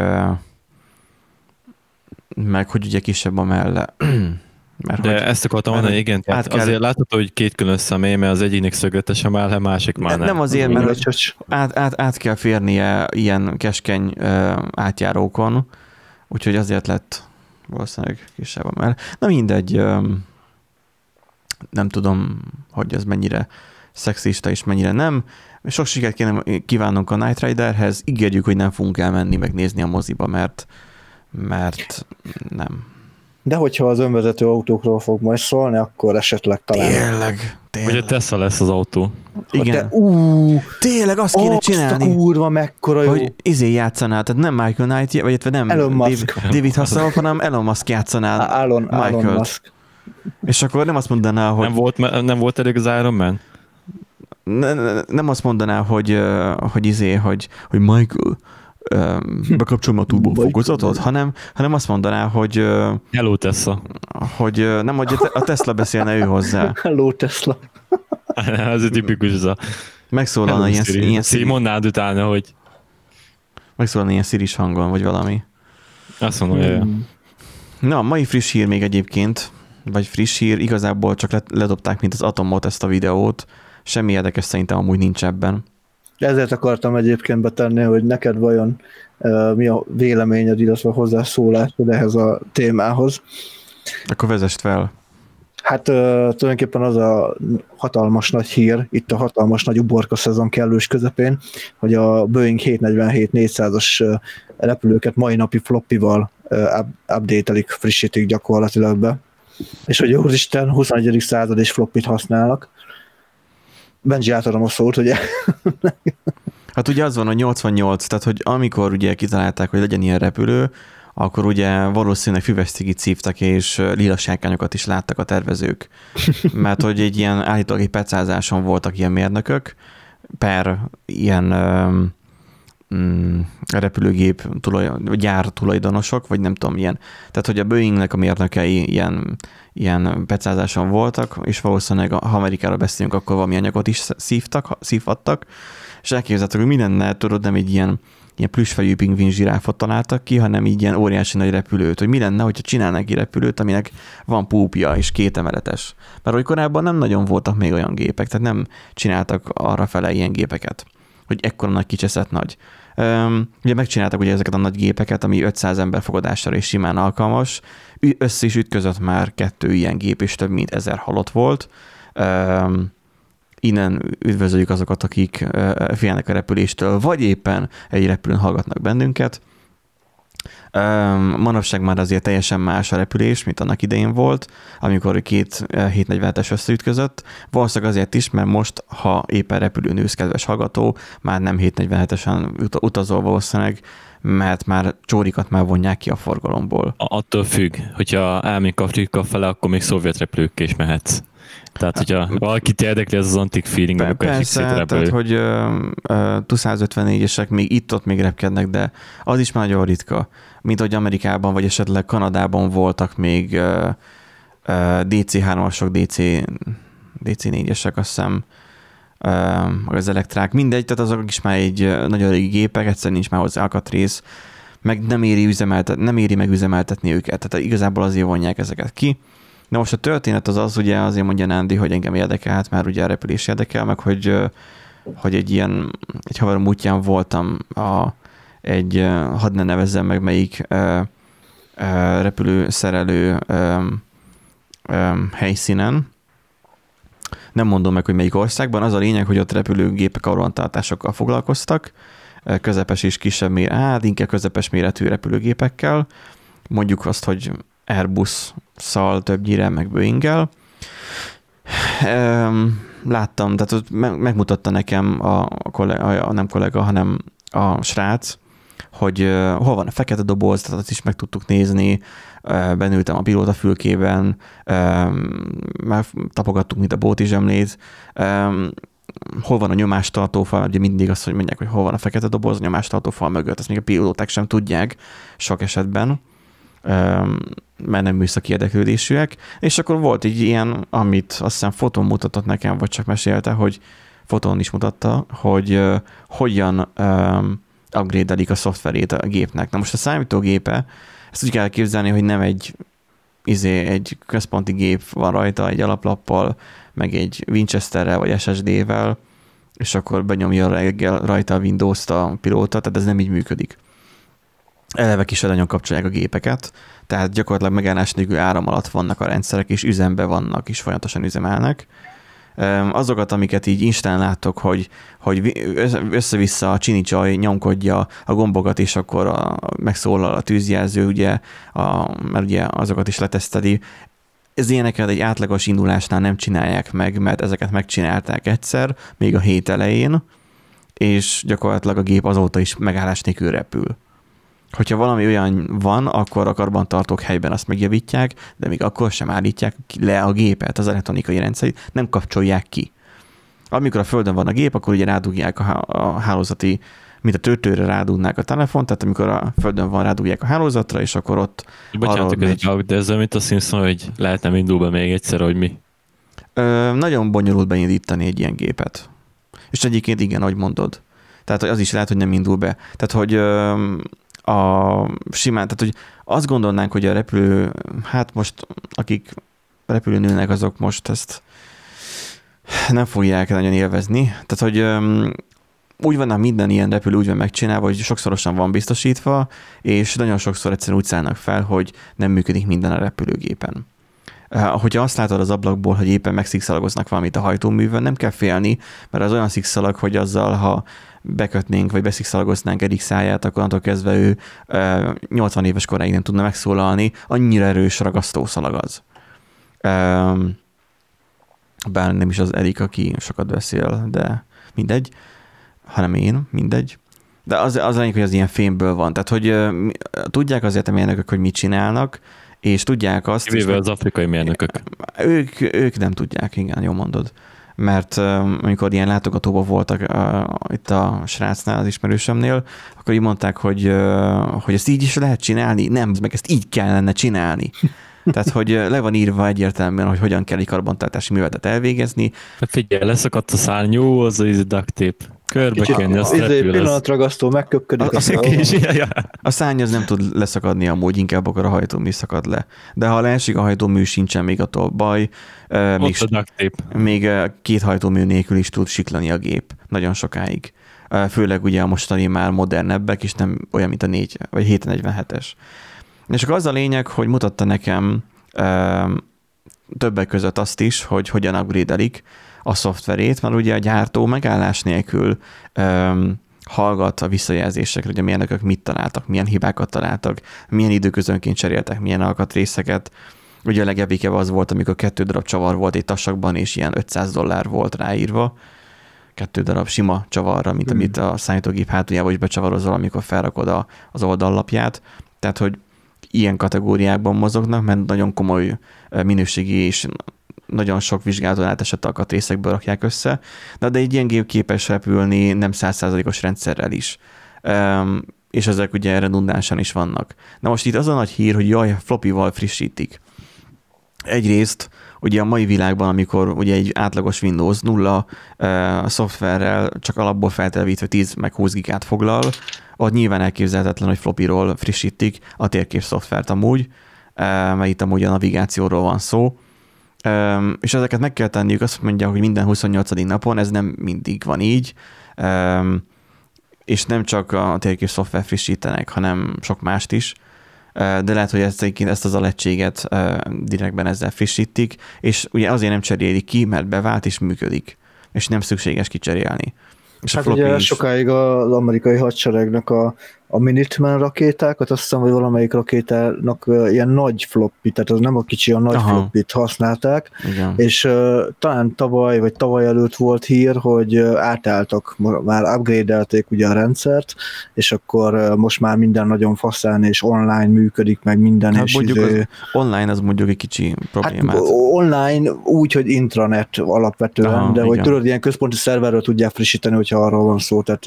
Speaker 2: hogy ugye kisebb a melle.
Speaker 1: De ezt akartam mondani, igen, tehát azért látható, hogy két külön személy, mert az egyiknek szögletes a melle, másik már nem.
Speaker 2: Nem azért, mert át kell férnie ilyen keskeny átjárókon, úgyhogy azért lett valószínűleg kisebb a melle. Na mindegy, nem tudom, hogy ez mennyire szexista és mennyire nem. Sok sikert kívánunk a Knight Riderhez, ígérjük, hogy nem fogunk elmenni megnézni a moziba, mert nem.
Speaker 3: De hogyha az önvezető autókról fog majd szólni, akkor esetleg talán...
Speaker 2: Tényleg.
Speaker 1: Vagy a Tesla lesz az autó.
Speaker 2: Igen. Tényleg azt kéne csinálni.
Speaker 3: Azt a kurva mekkora jó.
Speaker 2: Hogy játszanál, tehát nem Michael Knight, vagy nem David Hasselhoff, hanem Elon Musk játszanál.
Speaker 3: Elon Musk.
Speaker 2: És akkor nem azt mondaná, hogy...
Speaker 1: Nem volt elég az Iron Man?
Speaker 2: Nem azt mondaná, hogy Michael... bekapcsolom a turbófokozatot, hanem azt mondaná, hogy...
Speaker 1: Hello Tesla.
Speaker 2: Hogy nem, hogy a Tesla beszélne ő hozzá.
Speaker 3: Hello Tesla.
Speaker 1: Ez a tipikus, ez a...
Speaker 2: Megszólalna ilyen
Speaker 1: mondanád utána, hogy...
Speaker 2: Megszólalna ilyen Siri-s hangon, vagy valami.
Speaker 1: Azt mondom, hogy
Speaker 2: Na, mai friss hír még egyébként, vagy friss hír, igazából csak ledobták, mint az Atomot ezt a videót. Semmi érdekes szerintem amúgy nincs ebben.
Speaker 3: Ezért akartam egyébként betenni, hogy neked vajon mi a véleményed, illetve hozzászólásod ehhez a témához.
Speaker 2: Akkor vezest fel.
Speaker 3: Hát tulajdonképpen az a hatalmas nagy hír, itt a hatalmas nagy uborka szezon kellős közepén, hogy a Boeing 747-400-as repülőket mai napi floppival update-elik, frissítik gyakorlatilag be. És hogy úristen, 21. század és floppit használnak. Benji, átadom a szót, ugye?
Speaker 2: Hát ugye az van, hogy 88, tehát hogy amikor ugye kitalálták, hogy legyen ilyen repülő, akkor ugye valószínűleg füvesztigit szívtak, és lila sárkányokat is láttak a tervezők. Mert hogy egy ilyen állítólag egy pecázáson voltak ilyen mérnökök, per ilyen repülőgép gyár tulajdonosok, vagy nem tudom, ilyen. Tehát, hogy a Boeingnek a mérnökei ilyen pecázáson voltak, és valószínűleg, ha Amerikáról beszélünk, akkor valami anyagot is szívhattak, és elképzeltek, hogy mi lenne, tudod, nem egy ilyen plüssfejű pingvin zsiráfot találtak ki, hanem így ilyen óriási nagy repülőt, hogy mi lenne, hogyha csinálnak egy repülőt, aminek van púpja és 2 emeletes. Mert hogy korábban nem nagyon voltak még olyan gépek, tehát nem csináltak arrafele ilyen gépeket, hogy ekkora nagy kicseszett nagy. Ugye megcsináltak ugye ezeket a nagy gépeket, ami 500 ember fogadására is simán alkalmas. Össze is ütközött már 2 ilyen gép, és több mint 1000 halott volt. Innen üdvözöljük azokat, akik félnek a repüléstől, vagy éppen egy repülőn hallgatnak bennünket. Manapság már azért teljesen más a repülés, mint annak idején volt, amikor 2 747-es összeütközött. Valószínűleg azért is, mert most, ha éppen repülőn ülsz, kedves hallgató, már nem 747-esen utazol valószínűleg, mert már csórikat már vonják ki a forgalomból.
Speaker 1: Attól függ, hogyha elménk Afrika fele, akkor még szovjet repülőkkel is mehetsz. Tehát, hogyha valakit érdekli ez az antik feeling, amikor esik szét a repülő.
Speaker 2: Tehát, hogy Tu-154-esek még itt-ott még repkednek, de az is már nagyon ritka, mint hogy Amerikában, vagy esetleg Kanadában voltak még DC-3-asok, DC-4-esek, azt hiszem, az elektrák, mindegy, tehát azok is már egy nagyon régi gépek, egyszerűen nincs már hozzá alkatrész, meg nem éri meg üzemeltetni őket, tehát igazából azért vonják ezeket ki. Na most a történet az ugye azért mondja Nándi, hogy engem érdekel, hát már ugye a repülés érdekel, meg hogy egy haverom útján voltam hadd ne nevezzem meg melyik repülőszerelő helyszínen. Nem mondom meg, hogy melyik országban. Az a lényeg, hogy ott repülőgépek karbantartásokkal foglalkoztak, közepes és kisebb inkább közepes méretű repülőgépekkel. Mondjuk azt, hogy Airbus-szal többnyire, meg Boeing-gel. Láttam, tehát ott megmutatta nekem nem kollega, hanem a srác, hogy hol van a fekete doboz, tehát azt is meg tudtuk nézni, benültem a pilótafülkében, már tapogattuk, mint a bóti zsemlét, hol van a nyomástartófal, ugye mindig azt, hogy mondják, hogy hol van a fekete doboz, a nyomástartófal mögött, ezt még a pilóták sem tudják sok esetben, mert nem műszaki érdeklődésűek, és akkor volt így ilyen, amit azt hiszem fotón mutatott nekem, vagy csak mesélte, hogy fotón is mutatta, hogy hogyan upgrade-elik a szoftverét a gépnek. Na most a számítógépe, ezt úgy kell képzelni, hogy nem egy központi gép van rajta, egy alaplappal, meg egy Winchesterrel vagy SSD-vel, és akkor benyomja rajta a Windows-t a pilóta, tehát ez nem így működik. Eleve kisadányon kapcsolják a gépeket, tehát gyakorlatilag megállás nélkül áram alatt vannak a rendszerek, és üzembe vannak, és folyamatosan üzemelnek. Azokat, amiket így Instán láttok, hogy össze-vissza a csini csaj nyomkodja a gombokat, és akkor megszólal a tűzjelző, ugye, mert ugye azokat is leteszteli. Ez ilyeneket egy átlagos indulásnál nem csinálják meg, mert ezeket megcsinálták egyszer, még a hét elején, és gyakorlatilag a gép azóta is megállás nélkül repül. Hogyha valami olyan van, akkor a karbantartók helyben azt megjavítják, de még akkor sem állítják le a gépet, az elektronikai rendszerét, nem kapcsolják ki. Amikor a földön van a gép, akkor ugye rádugják a hálózati, mint a töltőre rádúgnák a telefont, tehát amikor a földön van, rádugják a hálózatra, és akkor ott...
Speaker 1: Bocsánat, de ezzel mint a Simpson, hogy lehetne indul be még egyszer, hogy mi?
Speaker 2: Nagyon bonyolult beindítani egy ilyen gépet. És egyébként igen, ahogy mondod. Tehát az is lehet, hogy nem indul be. Tehát, hogy tehát, hogy azt gondolnánk, hogy a repülő, hát most akik repülőn ülnek, azok most ezt nem fogják nagyon élvezni. Tehát, hogy úgy van, minden ilyen repülő úgy van megcsinálva, hogy sokszorosan van biztosítva, és nagyon sokszor egyszerűen úgy szállnak fel, hogy nem működik minden a repülőgépen. Hogyha azt látod az ablakból, hogy éppen megszikszalagoznak valamit a hajtóművön, nem kell félni, mert az olyan szikszalag, hogy azzal, ha bekötnénk, vagy beszikszalagoznánk Erik száját, akkor attól kezdve ő 80 éves koráig nem tudna megszólalni, annyira erős ragasztószalag az. Bár nem is az Erik, aki sokat beszél, de mindegy, hanem én, mindegy. De az lényeg, hogy az ilyen fémből van. Tehát, hogy tudják azért a mérnökök, hogy mit csinálnak, és tudják azt...
Speaker 1: Kivéve az afrikai mérnökök.
Speaker 2: Ők nem tudják, igen, jól mondod. Mert amikor ilyen látogatóban voltak itt a srácnál, az ismerősömnél, akkor így mondták, hogy ezt így is lehet csinálni? Nem, meg ezt így kellene csinálni. Tehát, hogy le van írva egyértelműen, hogy hogyan kell egy karbantartási műveletet elvégezni.
Speaker 1: Figyelj, leszakadt a szárnyú, az a duct tape. Körbe kenni, azt repül.
Speaker 3: Pillanatragasztó, megköpködik.
Speaker 2: A szárny az nem tud leszakadni amúgy, inkább akkor a hajtómű szakad le. De ha leesik a hajtómű, sincsen még attól baj. Még 2 hajtómű nélkül is tud siklani a gép nagyon sokáig. Főleg ugye a mostani már modernebbek, és nem olyan, mint a 4 vagy 747-es. És akkor az a lényeg, hogy mutatta nekem többek között azt is, hogy hogyan upgrade-elik a szoftverét, mert ugye a gyártó megállás nélkül hallgat a visszajelzésekre, hogy a mérnökök mit találtak, milyen hibákat találtak, milyen időközönként cseréltek, milyen alkatrészeket. Ugye a legebbikebb az volt, amikor 2 darab csavar volt egy tasakban, és ilyen $500 volt ráírva. 2 darab sima csavarra, mint amit a számítógép hátuljába is becsavarozol, amikor felrakod az oldallapját. Tehát, hogy ilyen kategóriákban mozognak, mert nagyon komoly minőségi és nagyon sok vizsgálaton átesett alkatrészekből rakják össze, de egy ilyen gép képes repülni nem 100%-os rendszerrel is. És ezek ugye redundánsan is vannak. Na most itt az a nagy hír, hogy jaj, floppyval frissítik. Egyrészt ugye a mai világban, amikor ugye egy átlagos Windows 0 szoftverrel csak alapból feltelepítve 10 meg 20 gigát foglal, ott nyilván elképzelhetetlen, hogy floppyról frissítik a térkép szoftvert amúgy, mert itt amúgy a navigációról van szó, és ezeket meg kell tenniük, azt mondja, hogy minden 28. napon, ez nem mindig van így, és nem csak a térkép szoftver frissítenek, hanem sok mást is, de lehet, hogy ezt az alegységet direktben ezzel frissítik, és ugye azért nem cserélik ki, mert bevált és működik, és nem szükséges kicserélni.
Speaker 3: És hát ugye sokáig az amerikai hadseregnek a Minuteman rakétákat, azt hiszem, hogy valamelyik rakétának ilyen nagy floppy, tehát az nem a kicsi, a nagy floppyt használták, igen. És talán tavaly vagy tavaly előtt volt hír, hogy átálltak, már upgrade-elték ugye a rendszert, és akkor most már minden nagyon faszán és online működik, meg minden.
Speaker 2: Hát
Speaker 3: és
Speaker 2: mondjuk az online az mondjuk egy kicsi problémát.
Speaker 3: Hát online úgy, hogy intranet alapvetően, de hogy tudod, ilyen központi szerverről tudják frissíteni, hogyha arról van szó, tehát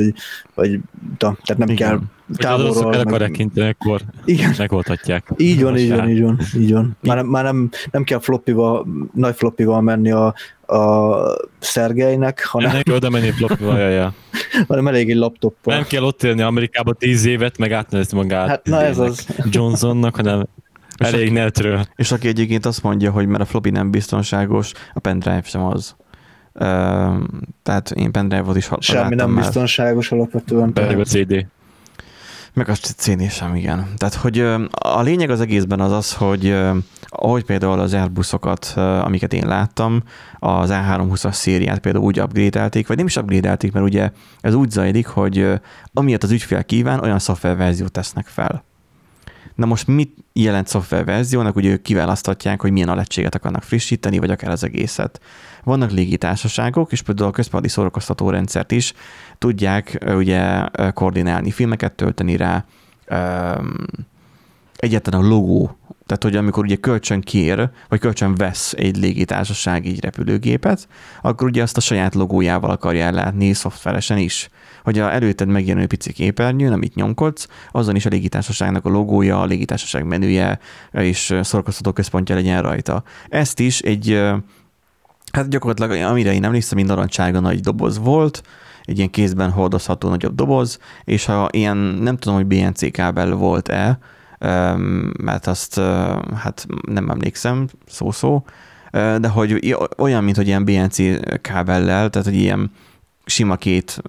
Speaker 3: nem kell
Speaker 1: távolról. Hogy akarják kinteni, akkor megoldhatják.
Speaker 3: Így van. Már nem kell nagy floppyval menni a Szergejnek, hanem...
Speaker 1: Nem kell oda menni floppyval,
Speaker 3: hanem elég egy laptoppal.
Speaker 1: Nem kell ott élni Amerikába 10 évet, meg átnevezni magát.
Speaker 3: Hát na ez az.
Speaker 1: Johnsonnak, hanem elég netről.
Speaker 2: És aki egyébként azt mondja, hogy mert a floppy nem biztonságos, a pendrive sem az. Tehát én pendrive-ot is
Speaker 3: semmi nem már. Biztonságos alapvetően.
Speaker 1: Pedig a CD.
Speaker 2: Meg a CD sem, igen. Tehát, hogy a lényeg az egészben az, hogy ahogy például az Airbusokat, amiket én láttam, az A320-as szériát például úgy upgrade-elték, vagy nem is upgrade-elték, mert ugye ez úgy zajlik, hogy amiatt az ügyfél kíván, olyan szoftververziót tesznek fel. Na most mit jelent szoftververziónak? Ugye ők kiválaszthatják, hogy milyen alegységet akarnak frissíteni, vagy akár az egészet. Vannak légitársaságok, és például a központi szórakoztató rendszert is tudják ugye koordinálni, filmeket tölteni rá, egyáltalán a logó, tehát hogy amikor ugye kölcsön kér, vagy kölcsön vesz egy légitársaság így repülőgépet, akkor ugye azt a saját logójával akarja ellátni szoftveresen is. Hogy a előtted megjelenő pici képernyőn, amit nyomkodsz, azon is a légitársaságnak a logója, a légitársaság menüje és szórakoztató központja legyen rajta. Ezt is egy, hát gyakorlatilag amire én emlékszem, egy narancsárga nagy doboz volt, egy ilyen kézben hordozható nagyobb doboz, és ha ilyen, nem tudom, hogy BNC kábel volt-e, mert azt hát nem emlékszem szó-szó, de hogy olyan, mint hogy ilyen BNC kábellel, tehát hogy ilyen sima 2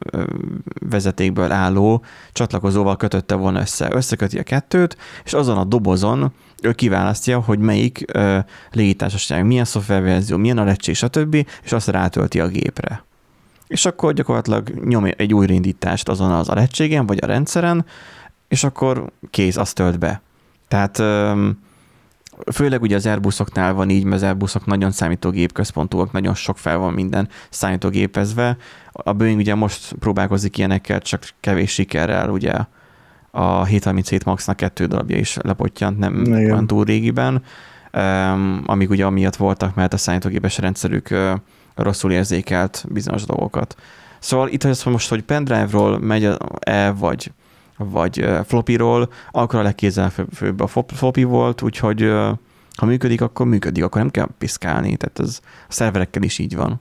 Speaker 2: vezetékből álló csatlakozóval kötötte volna össze. Összeköti a 2, és azon a dobozon ő kiválasztja, hogy melyik légitársaság, milyen szoftververzió, milyen a lecse, stb., és azt rátölti a gépre. És akkor gyakorlatilag nyom egy újraindítást azon az lecségen, vagy a rendszeren, és akkor kész, azt tölt be. Tehát főleg ugye az Airbusoknál van így, mert az Airbusok nagyon számítógép központúak, nagyon sok fel van minden számítógépezve. A Boeing ugye most próbálkozik ilyenekkel, csak kevés sikerrel, ugye a 737 Max-nak 2 darabja is lepottyant, nem olyan túl régiben, amíg ugye amiatt voltak, mert a számítógépes rendszerük rosszul érzékelt bizonyos dolgokat. Szóval itt az most, hogy pendrive-ról megy-e, vagy floppyról, akkor a legkézzelfőbb a floppy volt, úgyhogy ha működik, akkor nem kell piszkálni. Tehát ez a szerverekkel is így van.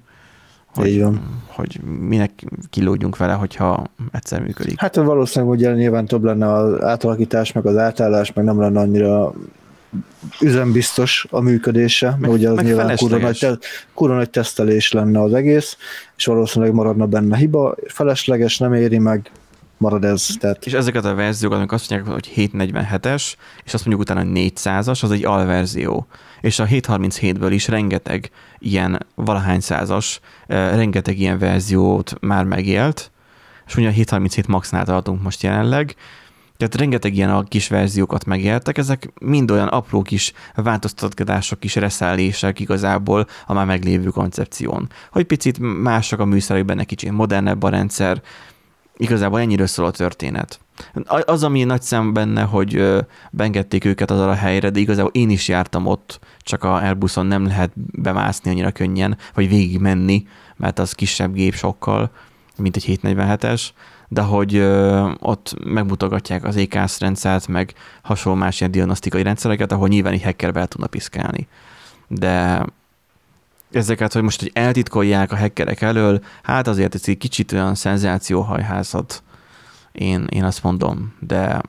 Speaker 2: Hogy minek kilódjunk vele, hogyha egyszer működik.
Speaker 3: Hát valószínűleg ugye nyilván több lenne az átalakítás, meg az átállás, meg nem lenne annyira üzembiztos a működése, mert ugye az nyilván kurva nagy tesztelés lenne az egész, és valószínűleg maradna benne hiba, felesleges, nem éri meg, marad ez. Tehát...
Speaker 2: És ezeket a verziókat, amik azt mondják, hogy 747-es, és azt mondjuk utána 400-as, az egy alverzió. És a 737-ből is rengeteg ilyen valahány százas, rengeteg ilyen verziót már megélt, és ugye a 737 Max-nál tartunk most jelenleg, tehát rengeteg ilyen a kis verziókat megéltek, ezek mind olyan apró kis változtatások, kis reszállések igazából a már meglévő koncepción. Hogy picit mások a műszerek benne, kicsit modernebb a rendszer, igazából ennyiről szól a történet. Az, ami nagy szem benne, hogy beengedték őket azon a helyre, de igazából én is jártam ott, csak a Airbuson nem lehet bemászni annyira könnyen, vagy végig menni, mert az kisebb gép sokkal, mint egy 747-es, de hogy ott megmutogatják az ECAS rendszert, meg hasonló más ilyen diagnosztikai rendszereket, ahol nyilván egy hacker be tudna piszkálni. De ezeket, hogy most hogy eltitkolják a hackerek elől, hát azért ez egy kicsit olyan szenzációhajházat, én azt mondom, de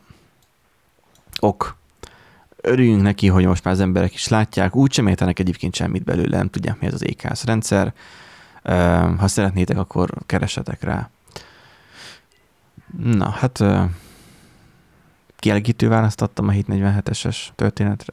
Speaker 2: örüljünk neki, hogy most már az emberek is látják, úgysem értenek egyébként semmit belőle, nem tudják, mi ez az ECAS rendszer. Ha szeretnétek, akkor keressetek rá. Na, hát kielégítő választottam a 747-es történetre.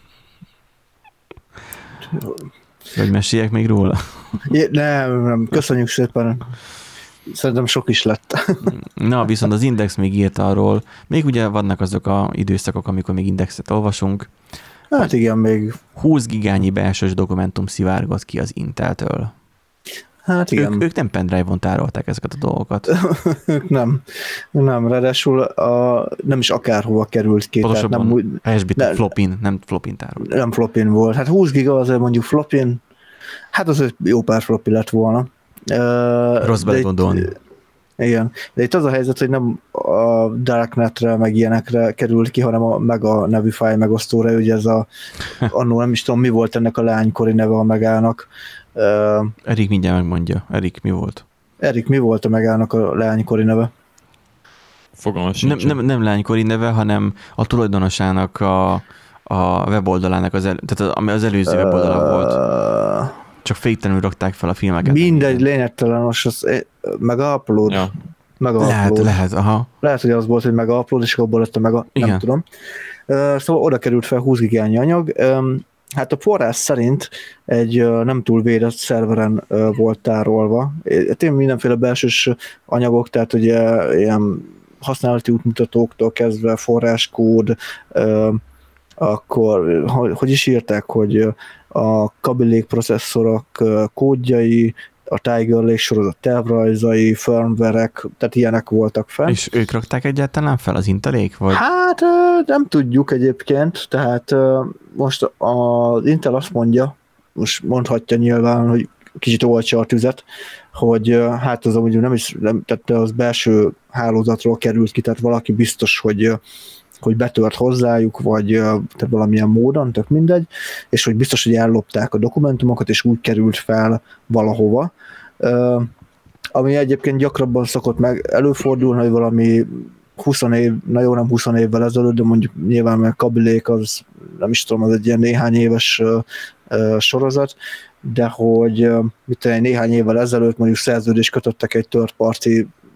Speaker 2: Vagy meséljek még róla?
Speaker 3: Nem, köszönjük szépen. Szerintem sok is lett.
Speaker 2: Na, viszont az Index még írt arról, még ugye vannak azok az időszakok, amikor még Indexet olvasunk.
Speaker 3: Hát igen, még
Speaker 2: 20 gigányi belsős dokumentum szivárgott ki az Inteltől.
Speaker 3: Hát igen.
Speaker 2: Ők nem pendrive-on tárolták ezeket a dolgokat.
Speaker 3: nem, ráadásul nem is akárhova került ki.
Speaker 2: Pontosabban flopin, nem flopin tárolt.
Speaker 3: Nem flopin volt. Hát 20 giga azért mondjuk flopin, hát az jó pár floppy lett volna.
Speaker 2: Rossz belegondolni.
Speaker 3: Igen, de itt az a helyzet, hogy nem a Darknetre, meg ilyenekre került ki, hanem a Mega nevű file megosztóra, ugye ez annól nem is tudom, mi volt ennek a leánykori neve a Megának.
Speaker 2: Erik mindjárt megmondja. Erik, mi volt?
Speaker 3: Erik, mi volt a Megának a leánykori neve?
Speaker 1: Fogalmas sincs.
Speaker 2: Nem leánykori neve, hanem a tulajdonosának a weboldalának, tehát ami az előző weboldala volt. Csak féktelenül rakták fel a filmeket.
Speaker 3: Mindegy, lényegtelen, most az Mega-upload. Ja.
Speaker 2: Lehet, aha.
Speaker 3: Lehet, hogy az volt, hogy Mega-upload, és abból lett a Mega,
Speaker 2: igen.
Speaker 3: Nem tudom. Szóval oda került fel 20 gigányi anyag. Hát a forrás szerint egy nem túl védett szerveren volt tárolva. Tényleg mindenféle belsős anyagok, tehát ugye ilyen használati útmutatóktól kezdve forráskód, akkor hogy is írták, hogy a Kaby Lake processzorok kódjai, a Tiger Lake sorozat tervrajzai, firmware-ek, tehát ilyenek voltak fel.
Speaker 2: És ők rakták egyáltalán fel az Intelék? Vagy?
Speaker 3: Hát nem tudjuk egyébként, tehát most az Intel azt mondja, most mondhatja nyilván, hogy kicsit oltsa a tüzet, hogy hát az amúgy tehát az belső hálózatról került ki, tehát valaki biztos, hogy betört hozzájuk, vagy tehát valamilyen módon, tök mindegy, és hogy biztos, hogy ellopták a dokumentumokat, és úgy került fel valahova. Ami egyébként gyakrabban szokott meg előfordulni, hogy valami 20 év, na jó, nem 20 évvel ezelőtt, de mondjuk nyilván mert Kaby Lake az, nem is tudom, az egy ilyen néhány éves sorozat, de hogy néhány évvel ezelőtt mondjuk szerződést kötöttek egy third party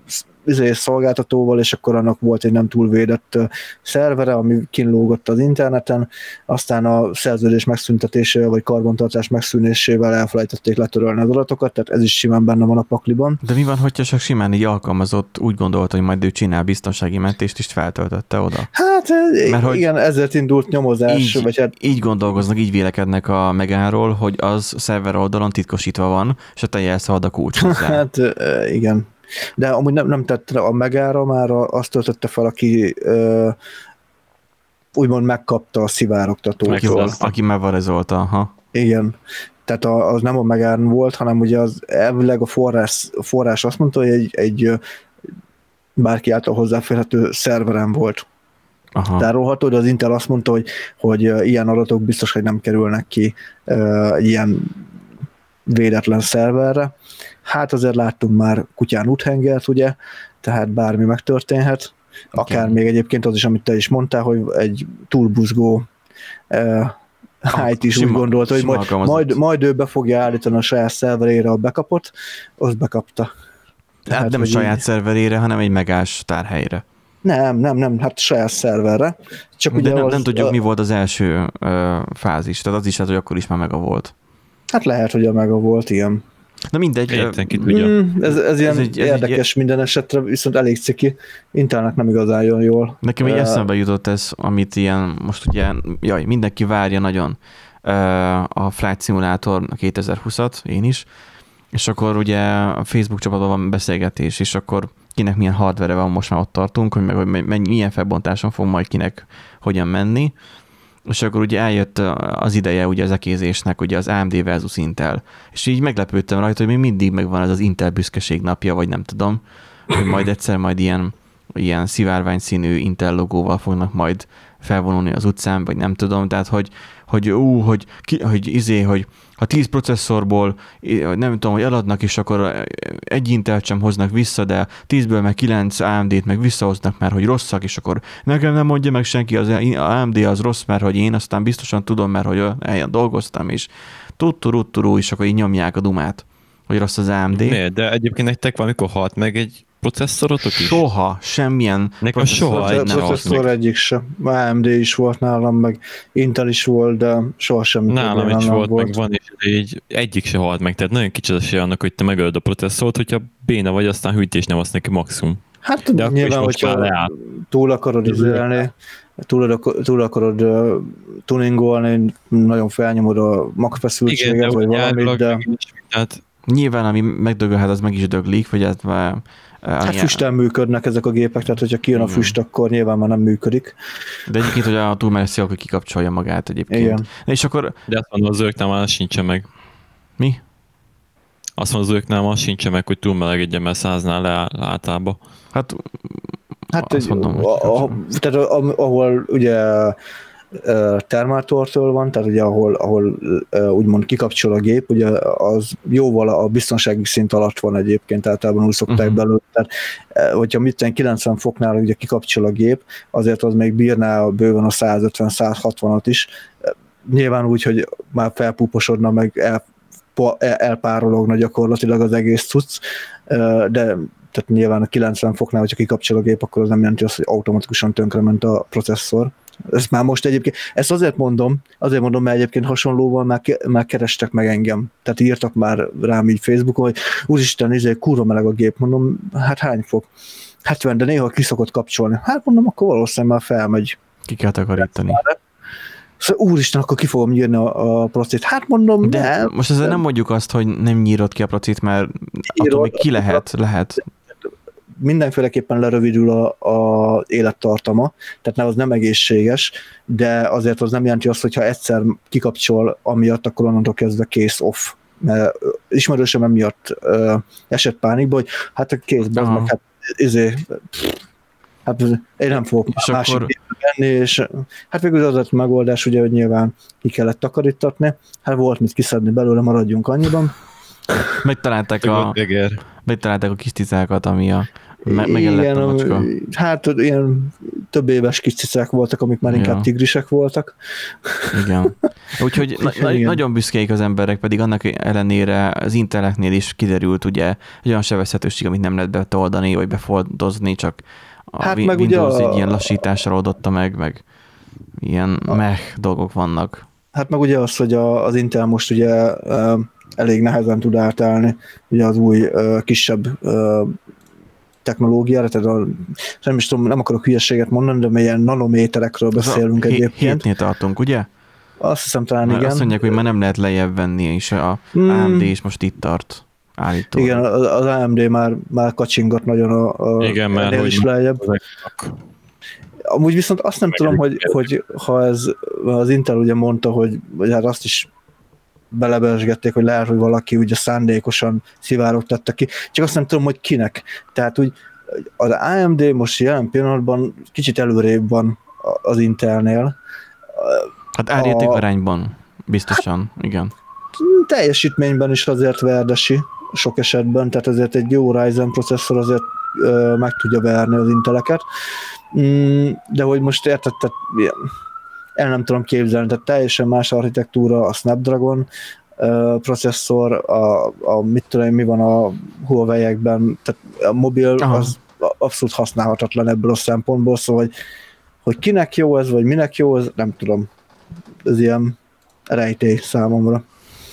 Speaker 3: szolgáltatóval, és akkor annak volt egy nem túl védett szervere, ami kínlógott az interneten, aztán a szerződés megszüntetésével, vagy karbantartás megszűnésével elfelejtették letörölni az adatokat, tehát ez is simán benne van a pakliban.
Speaker 2: De mi van, hogyha csak simán így alkalmazott, úgy gondolta, hogy majd ő csinál biztonsági mentést, és feltöltötte oda?
Speaker 3: Hát mert igen, ezért indult nyomozás.
Speaker 2: Így gondolkoznak, így vélekednek a Megáról, hogy az szerver oldalon titkosítva van, és a te elszalad a kulcs hozzá.
Speaker 3: Hát igen. De amúgy nem tette a Megára, már azt töltötte fel, aki úgymond megkapta a szivárogtatótól.
Speaker 2: Aki megvarezolta, aha.
Speaker 3: Igen. Tehát az nem a Megán volt, hanem ugye az elvileg a forrás azt mondta, hogy egy bárki által hozzáférhető szerveren volt. Tárolható, de az Intel azt mondta, hogy ilyen adatok biztos, hogy nem kerülnek ki ilyen védetlen szerverre. Hát azért láttunk már kutyán úthengert, ugye, tehát bármi megtörténhet. Akár még egyébként az is, amit te is mondtál, hogy egy túlbuzgó IT is úgy gondolta, hogy majd ő be fogja állítani a saját szerverére a backupot, azt bekapta.
Speaker 2: Tehát nem saját szerverére, hanem egy Megás tárhelyre.
Speaker 3: Nem, hát saját szerverre. Csak
Speaker 2: de nem tudjuk, mi volt az első fázis, tehát az is lehet, hogy akkor is már Mega volt.
Speaker 3: Hát lehet, hogy a Mega volt, igen.
Speaker 2: Na mindegy.
Speaker 3: Ez ilyen érdekes minden esetre, viszont elég ciki. Intelnek nem igazán jön jól.
Speaker 2: Nekem így eszembe jutott ez, amit ilyen, most ugye, mindenki várja nagyon a Flight Simulator 2020-at, én is, és akkor ugye a Facebook csapatban van beszélgetés, és akkor kinek milyen hardware van, most már ott tartunk, hogy milyen felbontáson fog majd kinek hogyan menni, és akkor ugye eljött az ideje ugye az ekézésnek, ugye az AMD versus Intel, és így meglepődtem rajta, hogy még mindig megvan ez az Intel büszkeség napja, vagy nem tudom, hogy majd egyszer majd ilyen szivárvány színű Intel logóval fognak majd felvonulni az utcán, vagy nem tudom, tehát hogy ha 10 processzorból nem tudom, hogy eladnak, és akkor egy Intelt sem hoznak vissza, de 10-ből meg 9 AMD-t meg visszahoznak, mert hogy rosszak, és akkor nekem nem mondja meg senki, az AMD az rossz, mert hogy én aztán biztosan tudom, mert hogy helyen dolgoztam, és tutturutturú, és akkor így nyomják a dumát, hogy rossz az AMD.
Speaker 1: Miért? De egyébként nektek valamikor halt meg egy processzorotok is?
Speaker 2: Soha, semmilyen
Speaker 1: nekem soha egy nem
Speaker 3: processzor egyik se. AMD is volt nálam, meg Intel is volt, de soha semmi.
Speaker 1: Nálam is volt, meg van, és így egyik se halt meg. Tehát nagyon kicsi az esélye annak, hogy te megölöd a processzort, hogyha béna vagy, aztán hűtés nem azt neki maximum.
Speaker 3: Hát de nyilván, hogyha túl akarod izélni, túl akarod tuningolni, nagyon felnyomod a magfeszültséget, vagy valamit, de...
Speaker 2: Nyilván, ami megdögölhet, az meg is döglik, vagy ez már...
Speaker 3: Hát füsttel működnek ezek a gépek, tehát hogyha kijön a füst, akkor nyilván már nem működik.
Speaker 2: De egyébként, hogy a túl messzi, akkor kikapcsolja magát egyébként.
Speaker 3: Igen.
Speaker 2: És akkor...
Speaker 1: De azt mondom, az őknál már sincsen meg.
Speaker 2: Mi?
Speaker 1: Azt mondom, az őknál már sincsen meg, hogy túl melegedjen, mert 100-nál leáll általában.
Speaker 2: Hát
Speaker 3: azt mondom, tehát ahol ugye termátortól van, tehát ugye ahol úgymond kikapcsol a gép, ugye az jóval a biztonsági szint alatt van egyébként, általában úgy szokták belőle. Tehát hogyha 90 foknál ugye kikapcsol a gép, azért az még bírná bőven a 150-160-at is. Nyilván úgy, hogy már felpúposodna, meg elpárologna gyakorlatilag az egész cucc, de tehát nyilván a 90 foknál, hogyha kikapcsol a gép, akkor az nem jelenti azt, hogy automatikusan tönkrement a processzor. Ezt már most egyébként, ezt azért mondom, mert egyébként hasonlóval már kerestek meg engem. Tehát írtak már rám így Facebookon, hogy úristen, kurva meleg a gép. Mondom, hát hány fok? 70, de néha ki szokott kapcsolni. Hát mondom, akkor valószínűleg már felmegy.
Speaker 2: Ki kell takarítani.
Speaker 3: Szóval úristen, akkor ki fogom nyírni a procit. Hát mondom,
Speaker 2: de nem. Most ezzel nem mondjuk azt, hogy nem nyírod ki a procit, mert attól még ki lehet.
Speaker 3: Mindenféleképpen lerövidül a élettartama, tehát az nem egészséges, de azért az nem jelenti azt, hogyha egyszer kikapcsol amiatt, akkor onnantól kezdve kész off. Mert ismerősöm emiatt esett pánikba, hogy hát a kész meg, hát én nem fogok másik akkor... venni, és hát végül az a megoldás, ugye, hogy nyilván ki kellett takarítatni, hát volt mit kiszedni belőle, maradjunk annyiban.
Speaker 2: Megtalálták a kis tizákat, ami a Megelett a macska.
Speaker 3: Hát ilyen több éves kis cicák voltak, amik már inkább tigrisek voltak.
Speaker 2: Igen. Úgyhogy nagyon büszkék az emberek, pedig annak ellenére az Inteleknél is kiderült ugye egy olyan sebezhetőség, amit nem lehet betoldani, vagy befoldozni, csak a Windows egy ilyen lassítással oldotta meg ilyen dolgok vannak. Hát
Speaker 3: meg ugye az, hogy az Intel most ugye elég nehezen tud átállni ugye az új kisebb technológiára, tehát nem is tudom, nem akarok hülyeséget mondani, de milyen nanométerekről beszélünk egyébként.
Speaker 2: 7-nél tartunk, ugye?
Speaker 3: Azt hiszem talán igen.
Speaker 2: Azt mondják, hogy már nem lehet lejjebb venni, és a AMD is most itt tart állítólag.
Speaker 3: Igen, az AMD már kacsingat nagyon
Speaker 1: igen, mert
Speaker 3: is lejjebb. Amúgy viszont azt nem tudom, hogy ha ez az Intel ugye mondta, hogy hát azt is belebesgették, hogy lehet, hogy valaki ugye szándékosan szivárogtatta ki, csak azt nem tudom, hogy kinek. Tehát úgy az AMD most jelen pillanatban kicsit előrébb van az Intelnél.
Speaker 2: Hát árérték arányban, biztosan, hát, igen.
Speaker 3: Teljesítményben is azért verdesi sok esetben, tehát azért egy jó Ryzen processzor azért meg tudja verni az Inteleket. De hogy most érted, el nem tudom képzelni, tehát teljesen más architektúra, a Snapdragon processzor, mit tudom, mi van a Huawei-ekben, tehát a mobil az abszolút használhatatlan ebből a szempontból, szóval hogy kinek jó ez, vagy minek jó ez, nem tudom. Ez ilyen rejtély számomra.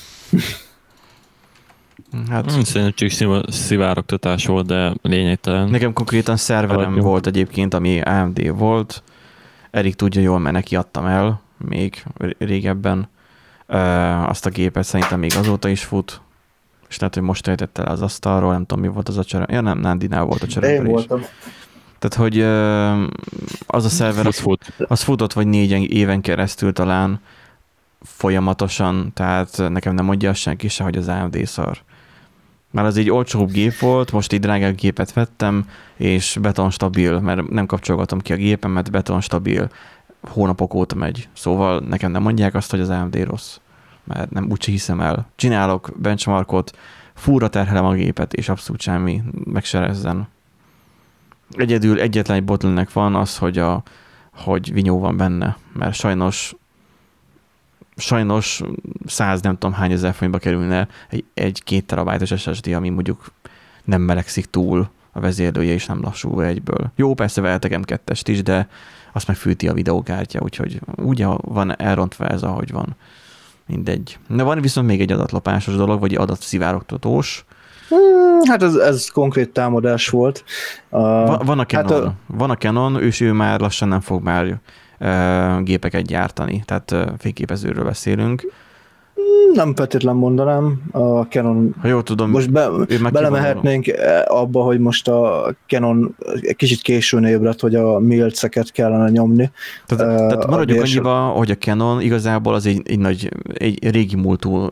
Speaker 1: Hát szerintem csak szivárogtatás volt, de lényegtelen.
Speaker 2: Nekem konkrétan szerverem volt egyébként, ami AMD volt. Erik tudja jól, mert neki adtam el még régebben. Azt a gépet szerintem még azóta is fut. És lehet, hogy most töltett el az asztalról, nem tudom, mi volt az a csere. Ja nem, Nándinál volt a cserember is.
Speaker 3: Voltam.
Speaker 2: Tehát, hogy az a szerver, az futott vagy 4 éven keresztül talán folyamatosan, tehát nekem nem mondja senki se, hogy az AMD szar. Már az egy olcsóbb gép volt, most egy drágább gépet vettem, és betonstabil, mert nem kapcsolgatom ki a gépemet, betonstabil, hónapok óta megy. Szóval nekem nem mondják azt, hogy az AMD rossz, mert nem úgyse hiszem el. Csinálok benchmarkot, fúra terhelem a gépet, és abszolút semmi, meg se rezzen. Egyetlen egy bottleneck van az, hogy vinyó van benne, mert sajnos 100 nem tudom hány ezer forintba kerülne egy 2 terabájtos SSD, ami mondjuk nem melegszik túl a vezérlője, és nem lassul egyből. Jó, persze vehetek M2-est is, de azt megfűti a videókártya, úgyhogy úgy van elrontva ez, ahogy van. Mindegy. De van viszont még egy adatlopásos dolog, vagy adatszivárogtatós.
Speaker 3: Hát ez konkrét támadás volt.
Speaker 2: Van a Canon, ő már lassan nem fog már gépeket gyártani, tehát fényképezőről beszélünk.
Speaker 3: Nem feltétlen mondanám, a Canon,
Speaker 2: ha jól tudom,
Speaker 3: most belemehetnénk abba, hogy most a Canon kicsit későn ébredt, hogy a milceket kellene nyomni.
Speaker 2: Tehát maradjunk annyiba, hogy a Canon igazából az egy régi múltú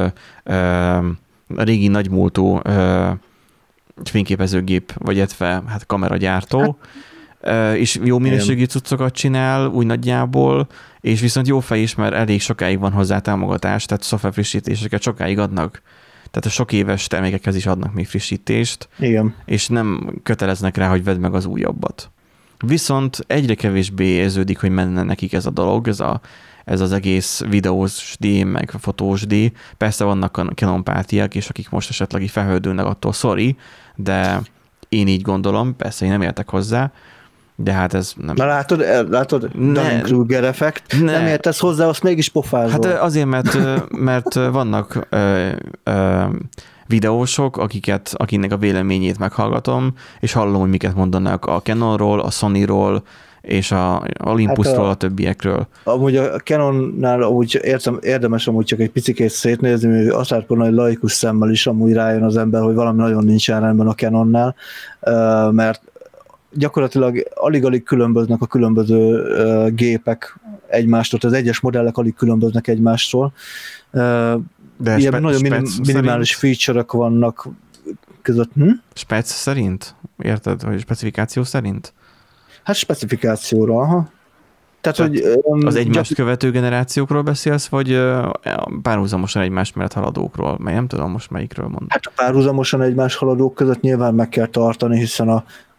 Speaker 2: nagymúltú fényképezőgép, vagy illetve hát kameragyártó, és jó minőségű cuccokat csinál, úgy nagyjából, és viszont jó fej is, mert elég sokáig van hozzá támogatás, tehát szoftver frissítéseket sokáig adnak. Tehát a sok éves termékekhez is adnak még frissítést,
Speaker 3: igen. És
Speaker 2: nem köteleznek rá, hogy vedd meg az újabbat. Viszont egyre kevésbé érződik, hogy menne nekik ez a dolog, ez az egész videósdi, meg fotósdi. Persze vannak a Canon pártiak, és akik most esetleg így felhődülnek attól, sorry, de én így gondolom, persze én nem értek hozzá, de hát ez nem...
Speaker 3: Na látod? Dunning-Kruger effekt. Nem értesz hozzá, azt mégis pofázol.
Speaker 2: Hát azért, mert vannak videósok, akinek a véleményét meghallgatom, és hallom, hogy miket mondanak a Canonról, a Sonyról, és a Olympusról, a többiekről.
Speaker 3: Amúgy a Canonnál amúgy érdemes amúgy csak egy picikét szétnézni, hogy azt lehet volna, hogy laikus szemmel is amúgy rájön az ember, hogy valami nagyon nincsen rendben a Canonnál, mert gyakorlatilag alig-alig különböznek a különböző gépek egymástól, az egyes modellek alig különböznek egymástól. De ilyen nagyon minimális feature-ök vannak között.
Speaker 2: Spec szerint? Érted? Vagy specifikáció szerint?
Speaker 3: Hát specifikációra, aha. Tehát hogy,
Speaker 2: az egymást követő generációkról beszélsz, vagy párhuzamosan egymás mellett haladókról? Mert nem tudom most melyikről mondani.
Speaker 3: Hát a párhuzamosan egymás haladók között nyilván meg kell tartani, hiszen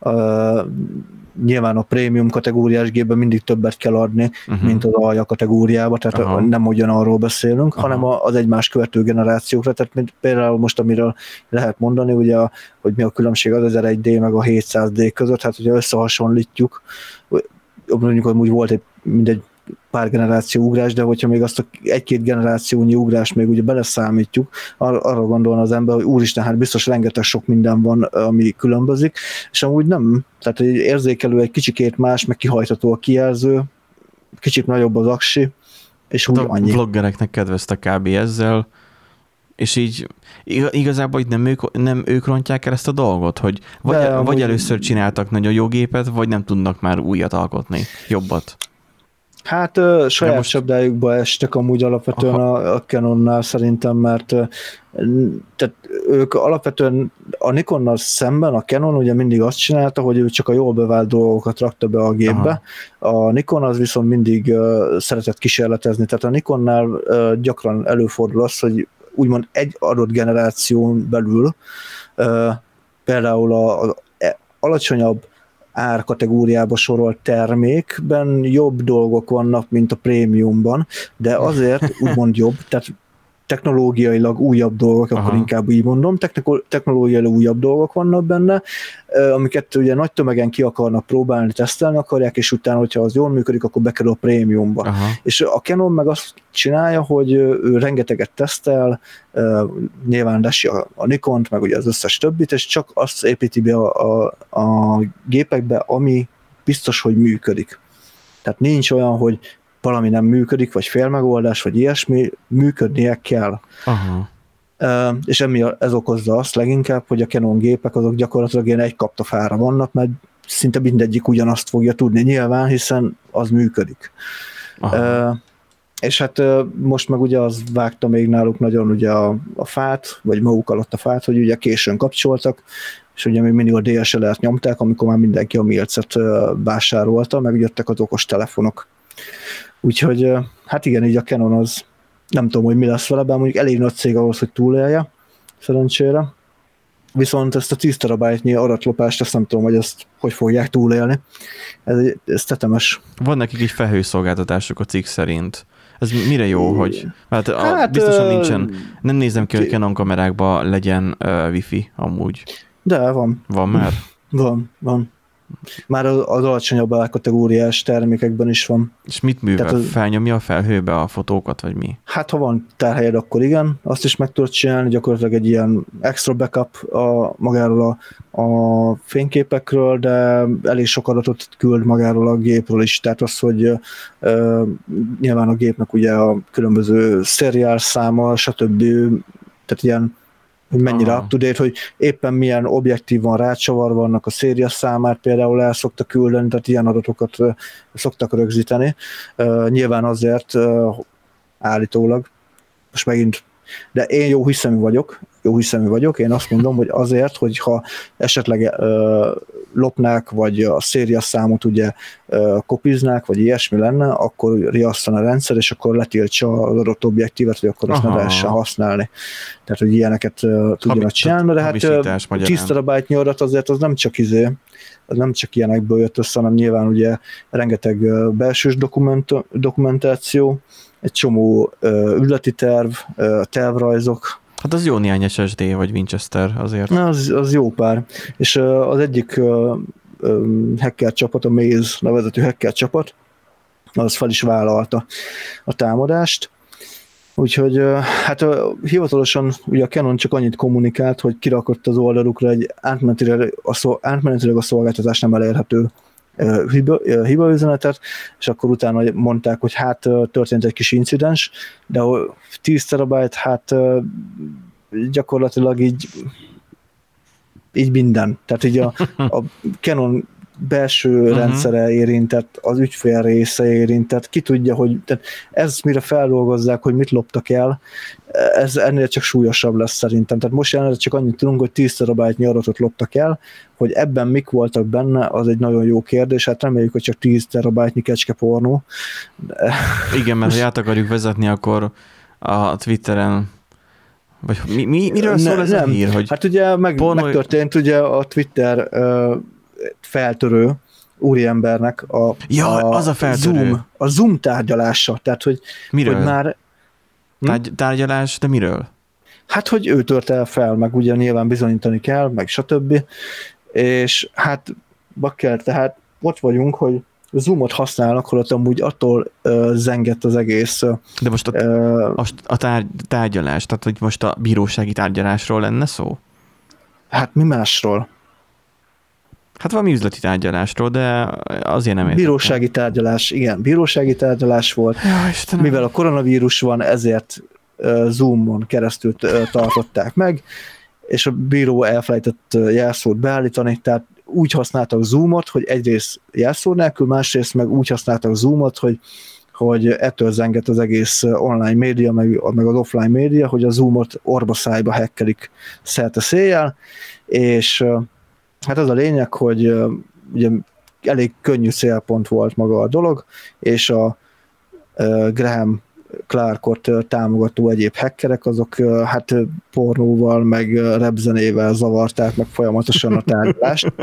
Speaker 3: Nyilván a prémium kategóriás gépben mindig többet kell adni, mint az alja kategóriába, tehát nem ugyanarról beszélünk, hanem az egymás követő generációkra, tehát például most, amiről lehet mondani, ugye, hogy mi a különbség az 1001D meg a 700D között, hát ugye összehasonlítjuk, mondjuk amúgy volt mindegy pár generáció ugrás, de hogyha még azt a egy-két generációnyi ugrást még ugye beleszámítjuk, arra gondolna az ember, hogy úristen, hát biztos rengeteg sok minden van, ami különbözik, és amúgy nem. Tehát egy érzékelő egy kicsikét más, meg kihajtható a kijelző, kicsit nagyobb az aksi, és úgy annyi.
Speaker 2: A vloggereknek kedveztek kb. Ezzel, és így igazából így nem ők rontják el ezt a dolgot, hogy vagy először csináltak nagyon jó gépet, vagy nem tudnak már újat alkotni, jobbat.
Speaker 3: Hát saját csapdájukba estek amúgy alapvetően a Canonnál szerintem, mert tehát ők alapvetően a Nikonnal szemben a Canon ugye mindig azt csinálta, hogy ő csak a jól bevált dolgokat rakta be a gépbe. A Nikon az viszont mindig szeretett kísérletezni, tehát a Nikonnál gyakran előfordul az, hogy úgymond egy adott generáción belül például az alacsonyabb árkategóriába sorolt termékben jobb dolgok vannak, mint a prémiumban, de azért úgymond jobb, tehát technológiailag újabb dolgok, akkor inkább így mondom, technológiailag újabb dolgok vannak benne, amiket ugye nagy tömegen ki akarnak próbálni, tesztelni akarják, és utána, hogyha az jól működik, akkor bekerül a prémiumba. És a Canon meg azt csinálja, hogy ő rengeteget tesztel, nyilván lesi a Nikont, meg ugye az összes többit, és csak azt építi be a gépekbe, ami biztos, hogy működik. Tehát nincs olyan, hogy valami nem működik, vagy félmegoldás, vagy ilyesmi, működnie kell. És ez okozza azt leginkább, hogy a Canon gépek azok gyakorlatilag ilyen egy kaptafára vannak, mert szinte mindegyik ugyanazt fogja tudni nyilván, hiszen az működik. És hát most meg ugye az vágta még náluk nagyon ugye a fát, vagy maguk alatt a fát, hogy ugye későn kapcsoltak, és ugye még mindig a DSLR-t nyomták, amikor már mindenki a Milcet vásárolta, meg jöttek az okos telefonok. Úgyhogy hát igen, így a Canon az nem tudom, hogy mi lesz vele, bár mondjuk elég nagy cég ahhoz, hogy túlélje, szerencsére. Viszont ezt a 10 terabájtnyi adatlopást, ezt nem tudom, hogy ezt hogy fogják túlélni. Ez tetemes.
Speaker 2: Van nekik egy felhőszolgáltatásuk a cikk szerint. Ez mire jó, hogy... Hát biztosan nincsen... Nem nézem ki, hogy Canon kamerákban legyen wifi amúgy.
Speaker 3: De van.
Speaker 2: Van már?
Speaker 3: Van. Már az alacsonyabb kategóriás termékekben is van.
Speaker 2: És mit művel? Tehát felnyomja a felhőbe a fotókat, vagy mi?
Speaker 3: Hát, ha van tárhelyed, akkor igen, azt is meg tudod csinálni, gyakorlatilag egy ilyen extra backup magáról a fényképekről, de elég sok adatot küld magáról a gépről is, tehát az, hogy nyilván a gépnek ugye a különböző seriál száma, stb. Tehát ilyen hogy mennyire up-to-date, hogy éppen milyen objektív van rácsavarva, annak a széria számát például el szoktak küldeni, tehát ilyen adatokat szoktak rögzíteni. Nyilván azért állítólag, most megint, de én jó hiszemű vagyok, én azt mondom, hogy azért, hogyha esetleg lopnák, vagy a széria számot ugye kopiznák, vagy ilyesmi lenne, akkor riasztan a rendszer, és akkor letiltsa az adott objektívet, hogy akkor azt ne lehessen használni. Tehát, hogy ilyeneket tudjanak csinálni, de hát 10 terabájtnyi adat azért az nem csak az nem csak ilyenekből jött össze, hanem nyilván ugye rengeteg belsős dokumentáció, egy csomó üzleti tervrajzok.
Speaker 2: Hát az jó néhány SSD vagy Winchester azért.
Speaker 3: Na, az jó pár. És az egyik hacker csapat, a Maze nevezetű hacker csapat, az fel is vállalta a támadást. Úgyhogy hát hivatalosan ugye a Canon csak annyit kommunikált, hogy kirakott az oldalukra egy átmenetileg a szolgáltatás nem elérhető hibaüzenetet, és akkor utána mondták, hogy hát történt egy kis incidens, de 10 terabájt, hát gyakorlatilag így minden. Tehát így a Canon belső rendszere érintett, az ügyfél része érintett, ki tudja, hogy tehát ez mire feldolgozzák, hogy mit loptak el, ez ennél csak súlyosabb lesz szerintem. Tehát most jelenleg csak annyit tudunk, hogy 10 terabájtnyi adatot loptak el, hogy ebben mik voltak benne, az egy nagyon jó kérdés, hát reméljük, hogy csak 10 terabájtnyi kecskepornó. De...
Speaker 2: Igen, mert ha át akarjuk vezetni, akkor a Twitteren vagy miről szól ez a hír? Hogy
Speaker 3: hát ugye megtörtént ugye a Twitter feltörő úriembernek
Speaker 2: az a feltörő.
Speaker 3: A Zoom tárgyalása. Tehát, hogy,
Speaker 2: miről?
Speaker 3: Hogy már...
Speaker 2: Tárgyalás, de miről?
Speaker 3: Hát, hogy ő tört el fel, meg ugye nyilván bizonyítani kell, meg stb. És hát bakker, tehát ott vagyunk, hogy Zoomot használnak, holott amúgy attól zengett az egész.
Speaker 2: De most a tárgyalás, tehát hogy most a bírósági tárgyalásról lenne szó?
Speaker 3: Hát mi másról?
Speaker 2: Hát valami üzleti tárgyalásról, de azért nem értem.
Speaker 3: Bírósági tárgyalás, igen, bírósági tárgyalás volt.
Speaker 2: Ja, Istenem.
Speaker 3: Mivel a koronavírus van, ezért Zoomon keresztül tartották meg, és a bíró elfelejtett jelszót beállítani, tehát úgy használtak Zoomot, hogy egyrészt jelszó nélkül, másrészt meg úgy használtak Zoomot, hogy ettől zengett az egész online média, meg az offline média, hogy a Zoomot orba-szájba hackelik szerte széjjel, és hát az a lényeg, hogy ugye elég könnyű célpont volt maga a dolog, és a Graham Clarkot támogató egyéb hackerek, azok hát pornóval, meg repzenével zavarták meg folyamatosan a tárgyalást.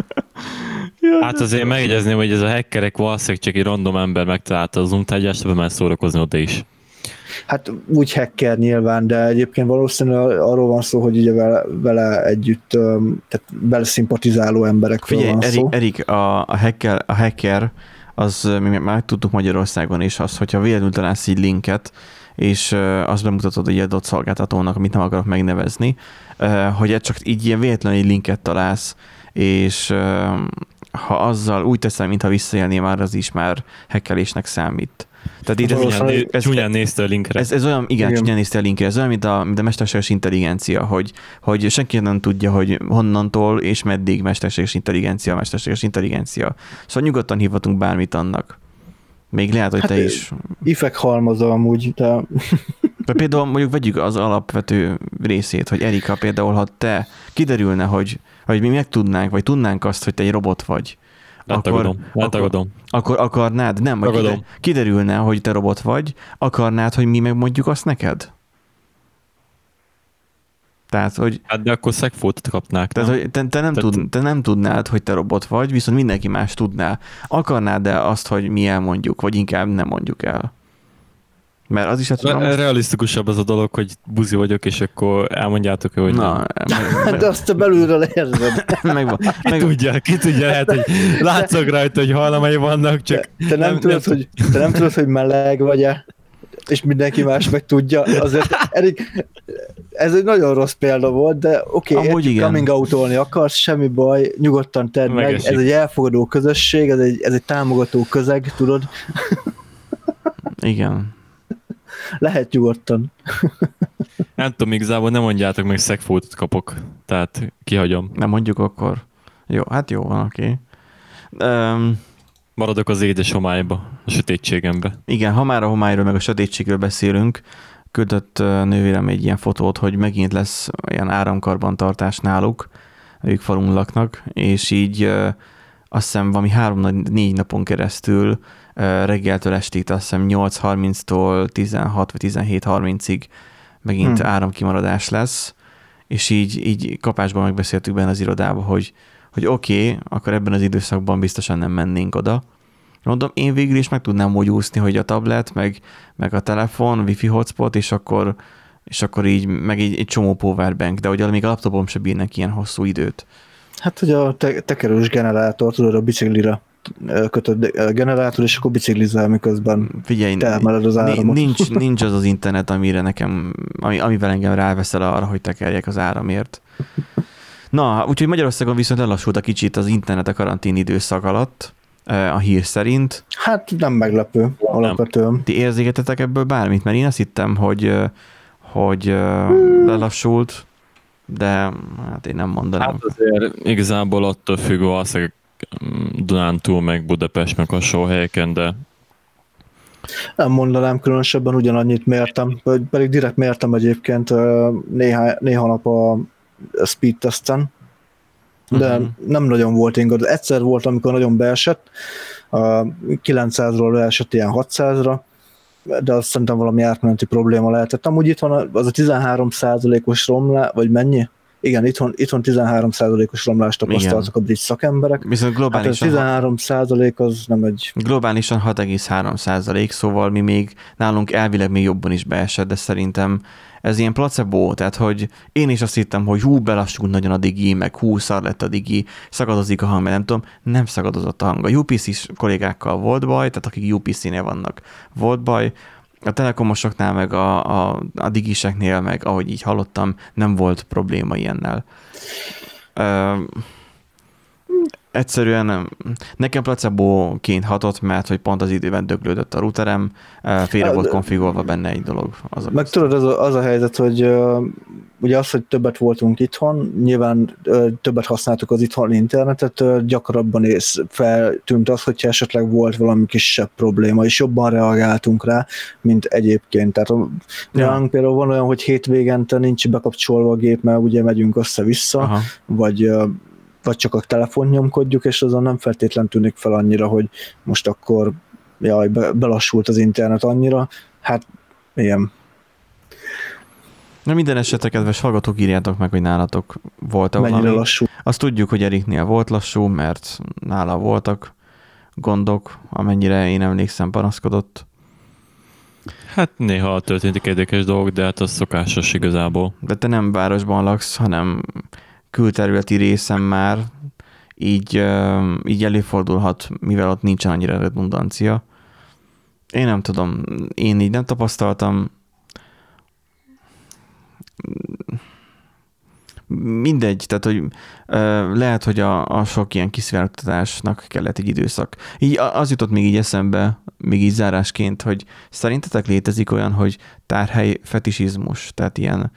Speaker 1: Hát azért megjegyezném, hogy ez a hackerek valószínűleg csak egy random ember megtalálta a Zoom tárgyalást, ebben már szórakozni oda is. Hát
Speaker 3: úgy hacker nyilván, de egyébként valószínűleg arról van szó, hogy ugye vele együtt, tehát vele szimpatizáló emberekről van szó.
Speaker 2: Erik, a hacker, az mi már tudtuk Magyarországon is, az, hogyha véletlenül találsz egy linket, és azt bemutatod egy adott szolgáltatónak, amit nem akarok megnevezni, hogy csak így ilyen véletlenül egy linket találsz, és ha azzal úgy teszel, mintha visszaélnél, már az is már hackelésnek számít. Tehát
Speaker 1: csúnyán nézte a linkre.
Speaker 2: Ez olyan, igen, csúnyán nézte a linkre. Ez olyan, mint a mesterséges intelligencia, hogy senki nem tudja, hogy honnantól és meddig mesterséges intelligencia. Szóval nyugodtan hívhatunk bármit annak. Még lehet, hogy te is.
Speaker 3: Ifek halmaza amúgy, de...
Speaker 2: De például mondjuk vegyük az alapvető részét, hogy Erika például, ha te kiderülne, hogy mi megtudnánk, vagy tudnánk azt, hogy te egy robot vagy,
Speaker 1: Letagadom.
Speaker 2: Akkor akarnád? Nem, vagy kiderülne, hogy te robot vagy, akarnád, hogy mi megmondjuk azt neked? Tehát, hogy...
Speaker 1: Hát de akkor szegfótot kapnák.
Speaker 2: Tehát, hogy te nem tudnád, hogy te robot vagy, viszont mindenki más tudná. Akarnád-e azt, hogy mi elmondjuk, vagy inkább nem mondjuk el? Mert az is...
Speaker 1: Realisztikusabb az a dolog, hogy buzi vagyok, és akkor elmondjátok, hogy
Speaker 3: na, de azt te belülről érzed.
Speaker 1: Ki tudja, lehet, hogy látszok rajta, hogy hallamai vannak, csak...
Speaker 3: Te nem tudod, hogy meleg vagy-e, és mindenki más meg tudja. Azért, Erik, ez egy nagyon rossz példa volt, de oké, coming out-olni akarsz, semmi baj, nyugodtan tedd meg. Ez egy elfogadó közösség, ez egy támogató közeg, tudod?
Speaker 2: Igen.
Speaker 3: Lehet nyugodtan.
Speaker 1: Nem tudom, igazából nem mondjátok meg, szegfótot kapok, tehát kihagyom.
Speaker 2: Nem mondjuk akkor. Jó, hát jó van, oké.
Speaker 1: Maradok az édes homályba, a sötétségembe.
Speaker 2: Igen, ha már a homályról meg a sötétségről beszélünk, küldött nővérem egy ilyen fotót, hogy megint lesz ilyen áramkarbantartás náluk, ők falun laknak, és így azt hiszem valami 3-4 napon keresztül reggeltől estig, azt hiszem 8:30-tól 16 vagy 17:30-ig megint áramkimaradás lesz, és így kapásban megbeszéltük benne az irodában, hogy oké, akkor ebben az időszakban biztosan nem mennénk oda. Mondom, én végül is meg tudnám úgy úszni, hogy a tablet, meg a telefon, wifi hotspot, és akkor így, meg egy csomó powerbank, de hogy még a laptopom sem bírnak ilyen hosszú időt.
Speaker 3: Hát, hogy a tekerős generátor, tudod, a biciklire kötött generátor, és akkor biciklizel, miközben termeled az áramot.
Speaker 2: Nincs az internet, amivel engem ráveszel arra, hogy tekerjek az áramért. Na, úgyhogy Magyarországon viszont lelassult a kicsit az internet a karantén időszak alatt, a hír szerint.
Speaker 3: Hát nem meglepő, alapvetően.
Speaker 2: Ti érzékeltetek ebből bármit? Mert én azt hittem, hogy lelassult, de hát én nem mondanám.
Speaker 1: Hát azért igazából attól függ, valószínűleg Dunántúl, meg Budapest, meg hasonló helyeken, de
Speaker 3: nem mondanám, különösebben ugyanannyit mértem, pedig direkt mértem egyébként néha nap a speed testen, de nem nagyon volt ingadozás. Egyszer volt, amikor nagyon beesett, 900-ról leesett ilyen 600-ra, de azt szerintem valami átmeneti probléma lehetett. Amúgy itt van az a 13%-os romlás, vagy mennyi? Igen, itthon 13%-os romlást tapasztaltak a brit szakemberek.
Speaker 2: Viszont globálisan...
Speaker 3: Hát 13% az nem egy...
Speaker 2: Globálisan 6,3%, szóval mi még nálunk elvileg még jobban is beesett, de szerintem ez ilyen placebo, tehát hogy én is azt hittem, hogy belassult nagyon a digi, meg szar lett a digi, szakadozik a hang, mert nem tudom, nem szakadozott a hang. A UPC-s kollégákkal volt baj, tehát akik UPC-nél vannak, volt baj, a telekomosoknál, meg a digiseknél, meg ahogy így hallottam, nem volt probléma ilyennel. Egyszerűen nekem placebo-ként hatott, mert hogy pont az időben döglődött a routerem, félre volt konfigolva benne egy dolog.
Speaker 3: Meg tudod, az a helyzet, hogy ugye az, hogy többet voltunk itthon, nyilván többet használtuk az itthoni internetet, gyakrabban feltűnt az, hogyha esetleg volt valami kisebb probléma, és jobban reagáltunk rá, mint egyébként. Tehát például van olyan, hogy hétvégente nincs bekapcsolva a gép, mert ugye megyünk össze-vissza, vagy csak a telefont nyomkodjuk, és azon nem feltétlen tűnik fel annyira, hogy most akkor belassult az internet annyira. Hát, ilyen.
Speaker 2: Na minden esetre, kedves hallgatók, írjátok meg, hogy nálatok volt-e valami.
Speaker 3: Mennyire lassú.
Speaker 2: Azt tudjuk, hogy Eriknél volt lassú, mert nála voltak gondok, amennyire én emlékszem, panaszkodott.
Speaker 1: Hát néha történtek érdekes dolgok, de hát az szokásos igazából.
Speaker 2: De te nem városban laksz, hanem külterületi részen már, így előfordulhat, mivel ott nincsen annyira redundancia. Én nem tudom, én így nem tapasztaltam. Mindegy, tehát hogy lehet, hogy a sok ilyen kiszivárogtatásnak kellett egy időszak. Így az jutott még így eszembe, még így zárásként, hogy szerintetek létezik olyan, hogy tárhely fetisizmus, tehát ilyen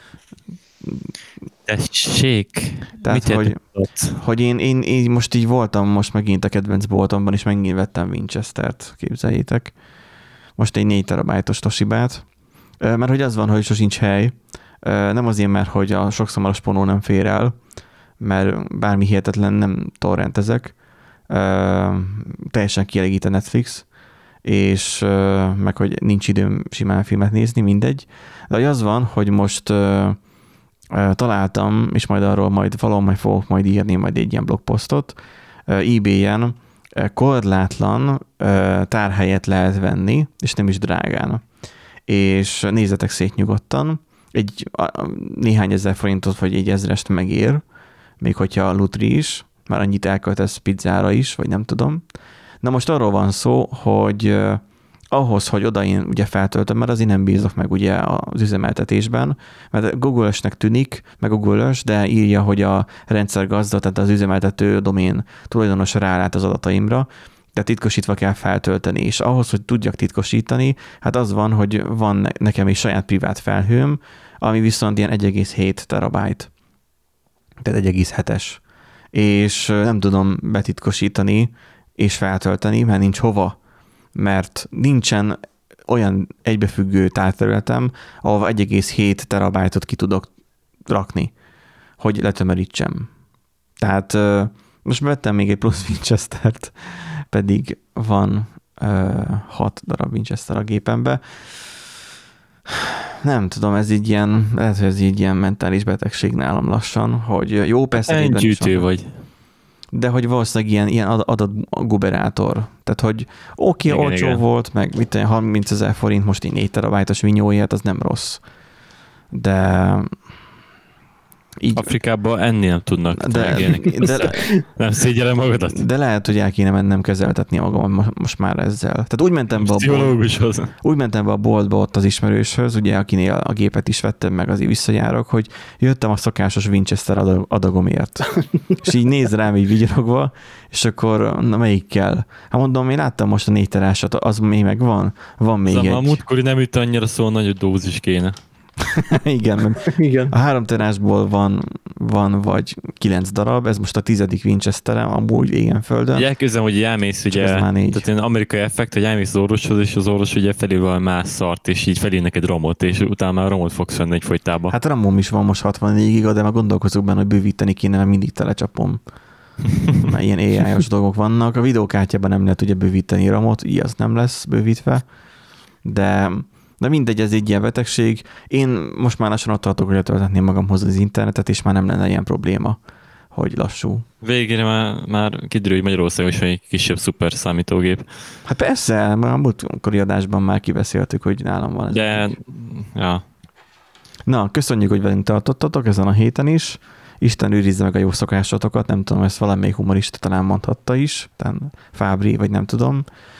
Speaker 1: tessék.
Speaker 2: Tehát, hogy én most így voltam most megint a kedvenc boltomban, és megint vettem Winchester-t, képzeljétek. Most egy 4 terabájtos Toshibát, mert hogy az van, hogy sosincs hely. Nem azért, mert hogy a sokszomoros pornó nem fér el, mert bármi hihetetlen nem torrentezek. Teljesen kielégít a Netflix, és meg hogy nincs időm simán filmet nézni, mindegy. De az van, hogy most találtam, és majd arról valahol fogok majd írni majd egy ilyen blogposztot, eBay-en korlátlan tárhelyet lehet venni, és nem is drágán. És nézzetek szét nyugodtan, néhány ezer forintot, vagy egy ezrest megér, még hogyha lutri is, már annyit elköltesz pizzára is, vagy nem tudom. Na most arról van szó, hogy ahhoz, hogy oda én ugye feltöltöm, mert azért nem bízok meg ugye az üzemeltetésben, mert Google-ösnek tűnik, meg Google-ös, de írja, hogy a rendszergazda, tehát az üzemeltető domén tulajdonos rálát az adataimra, tehát titkosítva kell feltölteni, és ahhoz, hogy tudjak titkosítani, hát az van, hogy van nekem egy saját privát felhőm, ami viszont ilyen 1,7 terabájt, tehát 1,7-es, és nem tudom betitkosítani és feltölteni, mert nincs hova, mert nincsen olyan egybefüggő tárterületem, ahol 1,7 terabájtot ki tudok rakni, hogy letömörítsem. Tehát most vettem még egy plusz Winchester-t, pedig van 6 darab Winchester a gépembe. Nem tudom, ez így ilyen, lehet, hogy ez így ilyen mentális betegség nálam lassan, hogy jó, persze.
Speaker 1: Gyűjtő vagy.
Speaker 2: De hogy valószínűleg ilyen adatguberátor. Tehát, hogy olcsó volt, meg 30 000 forint, most így 4 terabájtos vinyóért, az nem rossz. De így,
Speaker 1: Afrikában ennél nem tudnak. Nem szégyellem magadat.
Speaker 2: De lehet, hogy el kéne mennem kezeltetni magam most már ezzel. Tehát úgy mentem be a boltba ott az ismerőshöz, ugye akinél a gépet is vettem, meg azért visszajárok, hogy jöttem a szokásos Winchester adagomért. És így néz rám így vigyorogva, és akkor na melyik kell? Hát mondom, én láttam most a 4 terásat, az még megvan? Van még egy.
Speaker 1: A múltkori nem üt annyira, szóval nagy dózis kéne.
Speaker 2: Igen. A 3 terásból van vagy 9 darab, ez most a 10. Winchesterem, amúgy égen földön.
Speaker 1: Elképzelem, hogy elmész, ugye, tehát én amerikai effekt, hogy elmész az orvoshoz, és az orvos ugye felír valami más szart, és így felír neked romot, és utána már romot fogsz venni egyfolytában.
Speaker 2: Hát ramom is van most 64 giga, de már gondolkozok benne, hogy bővíteni kéne, mert mindig telecsapom. Már ilyen AI-os dolgok vannak. A videókártyában nem lehet ugye bővíteni ramot, így az nem lesz bővítve, de De mindegy, ez egy ilyen betegség. Én most már lassan ott tartok, hogy letöltetném magamhoz az internetet, és már nem lenne ilyen probléma, hogy lassú.
Speaker 1: Végére már kiderül, hogy Magyarországon is van egy kisebb szuper számítógép.
Speaker 2: Hát persze, már a múltkori adásban már kibeszéltük, hogy nálam van ez.
Speaker 1: De, ja.
Speaker 2: Na, köszönjük, hogy velünk tartottatok ezen a héten is. Isten őrizze meg a jó szokásotokat, nem tudom, ezt valamelyik humorista talán mondhatta is, Fábri, vagy nem tudom.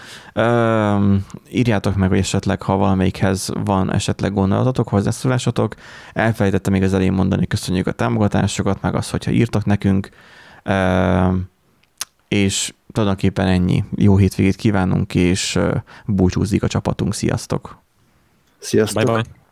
Speaker 2: Írjátok meg, hogy esetleg, ha valamelyikhez van esetleg gondolatotok, hozzászólásotok. Elfelejtettem még az elején mondani, köszönjük a támogatásokat, meg azt, hogyha írtak nekünk. És tulajdonképpen ennyi. Jó hétvégét kívánunk, és búcsúzik a csapatunk. Sziasztok!
Speaker 3: Sziasztok!
Speaker 1: Bye-bye.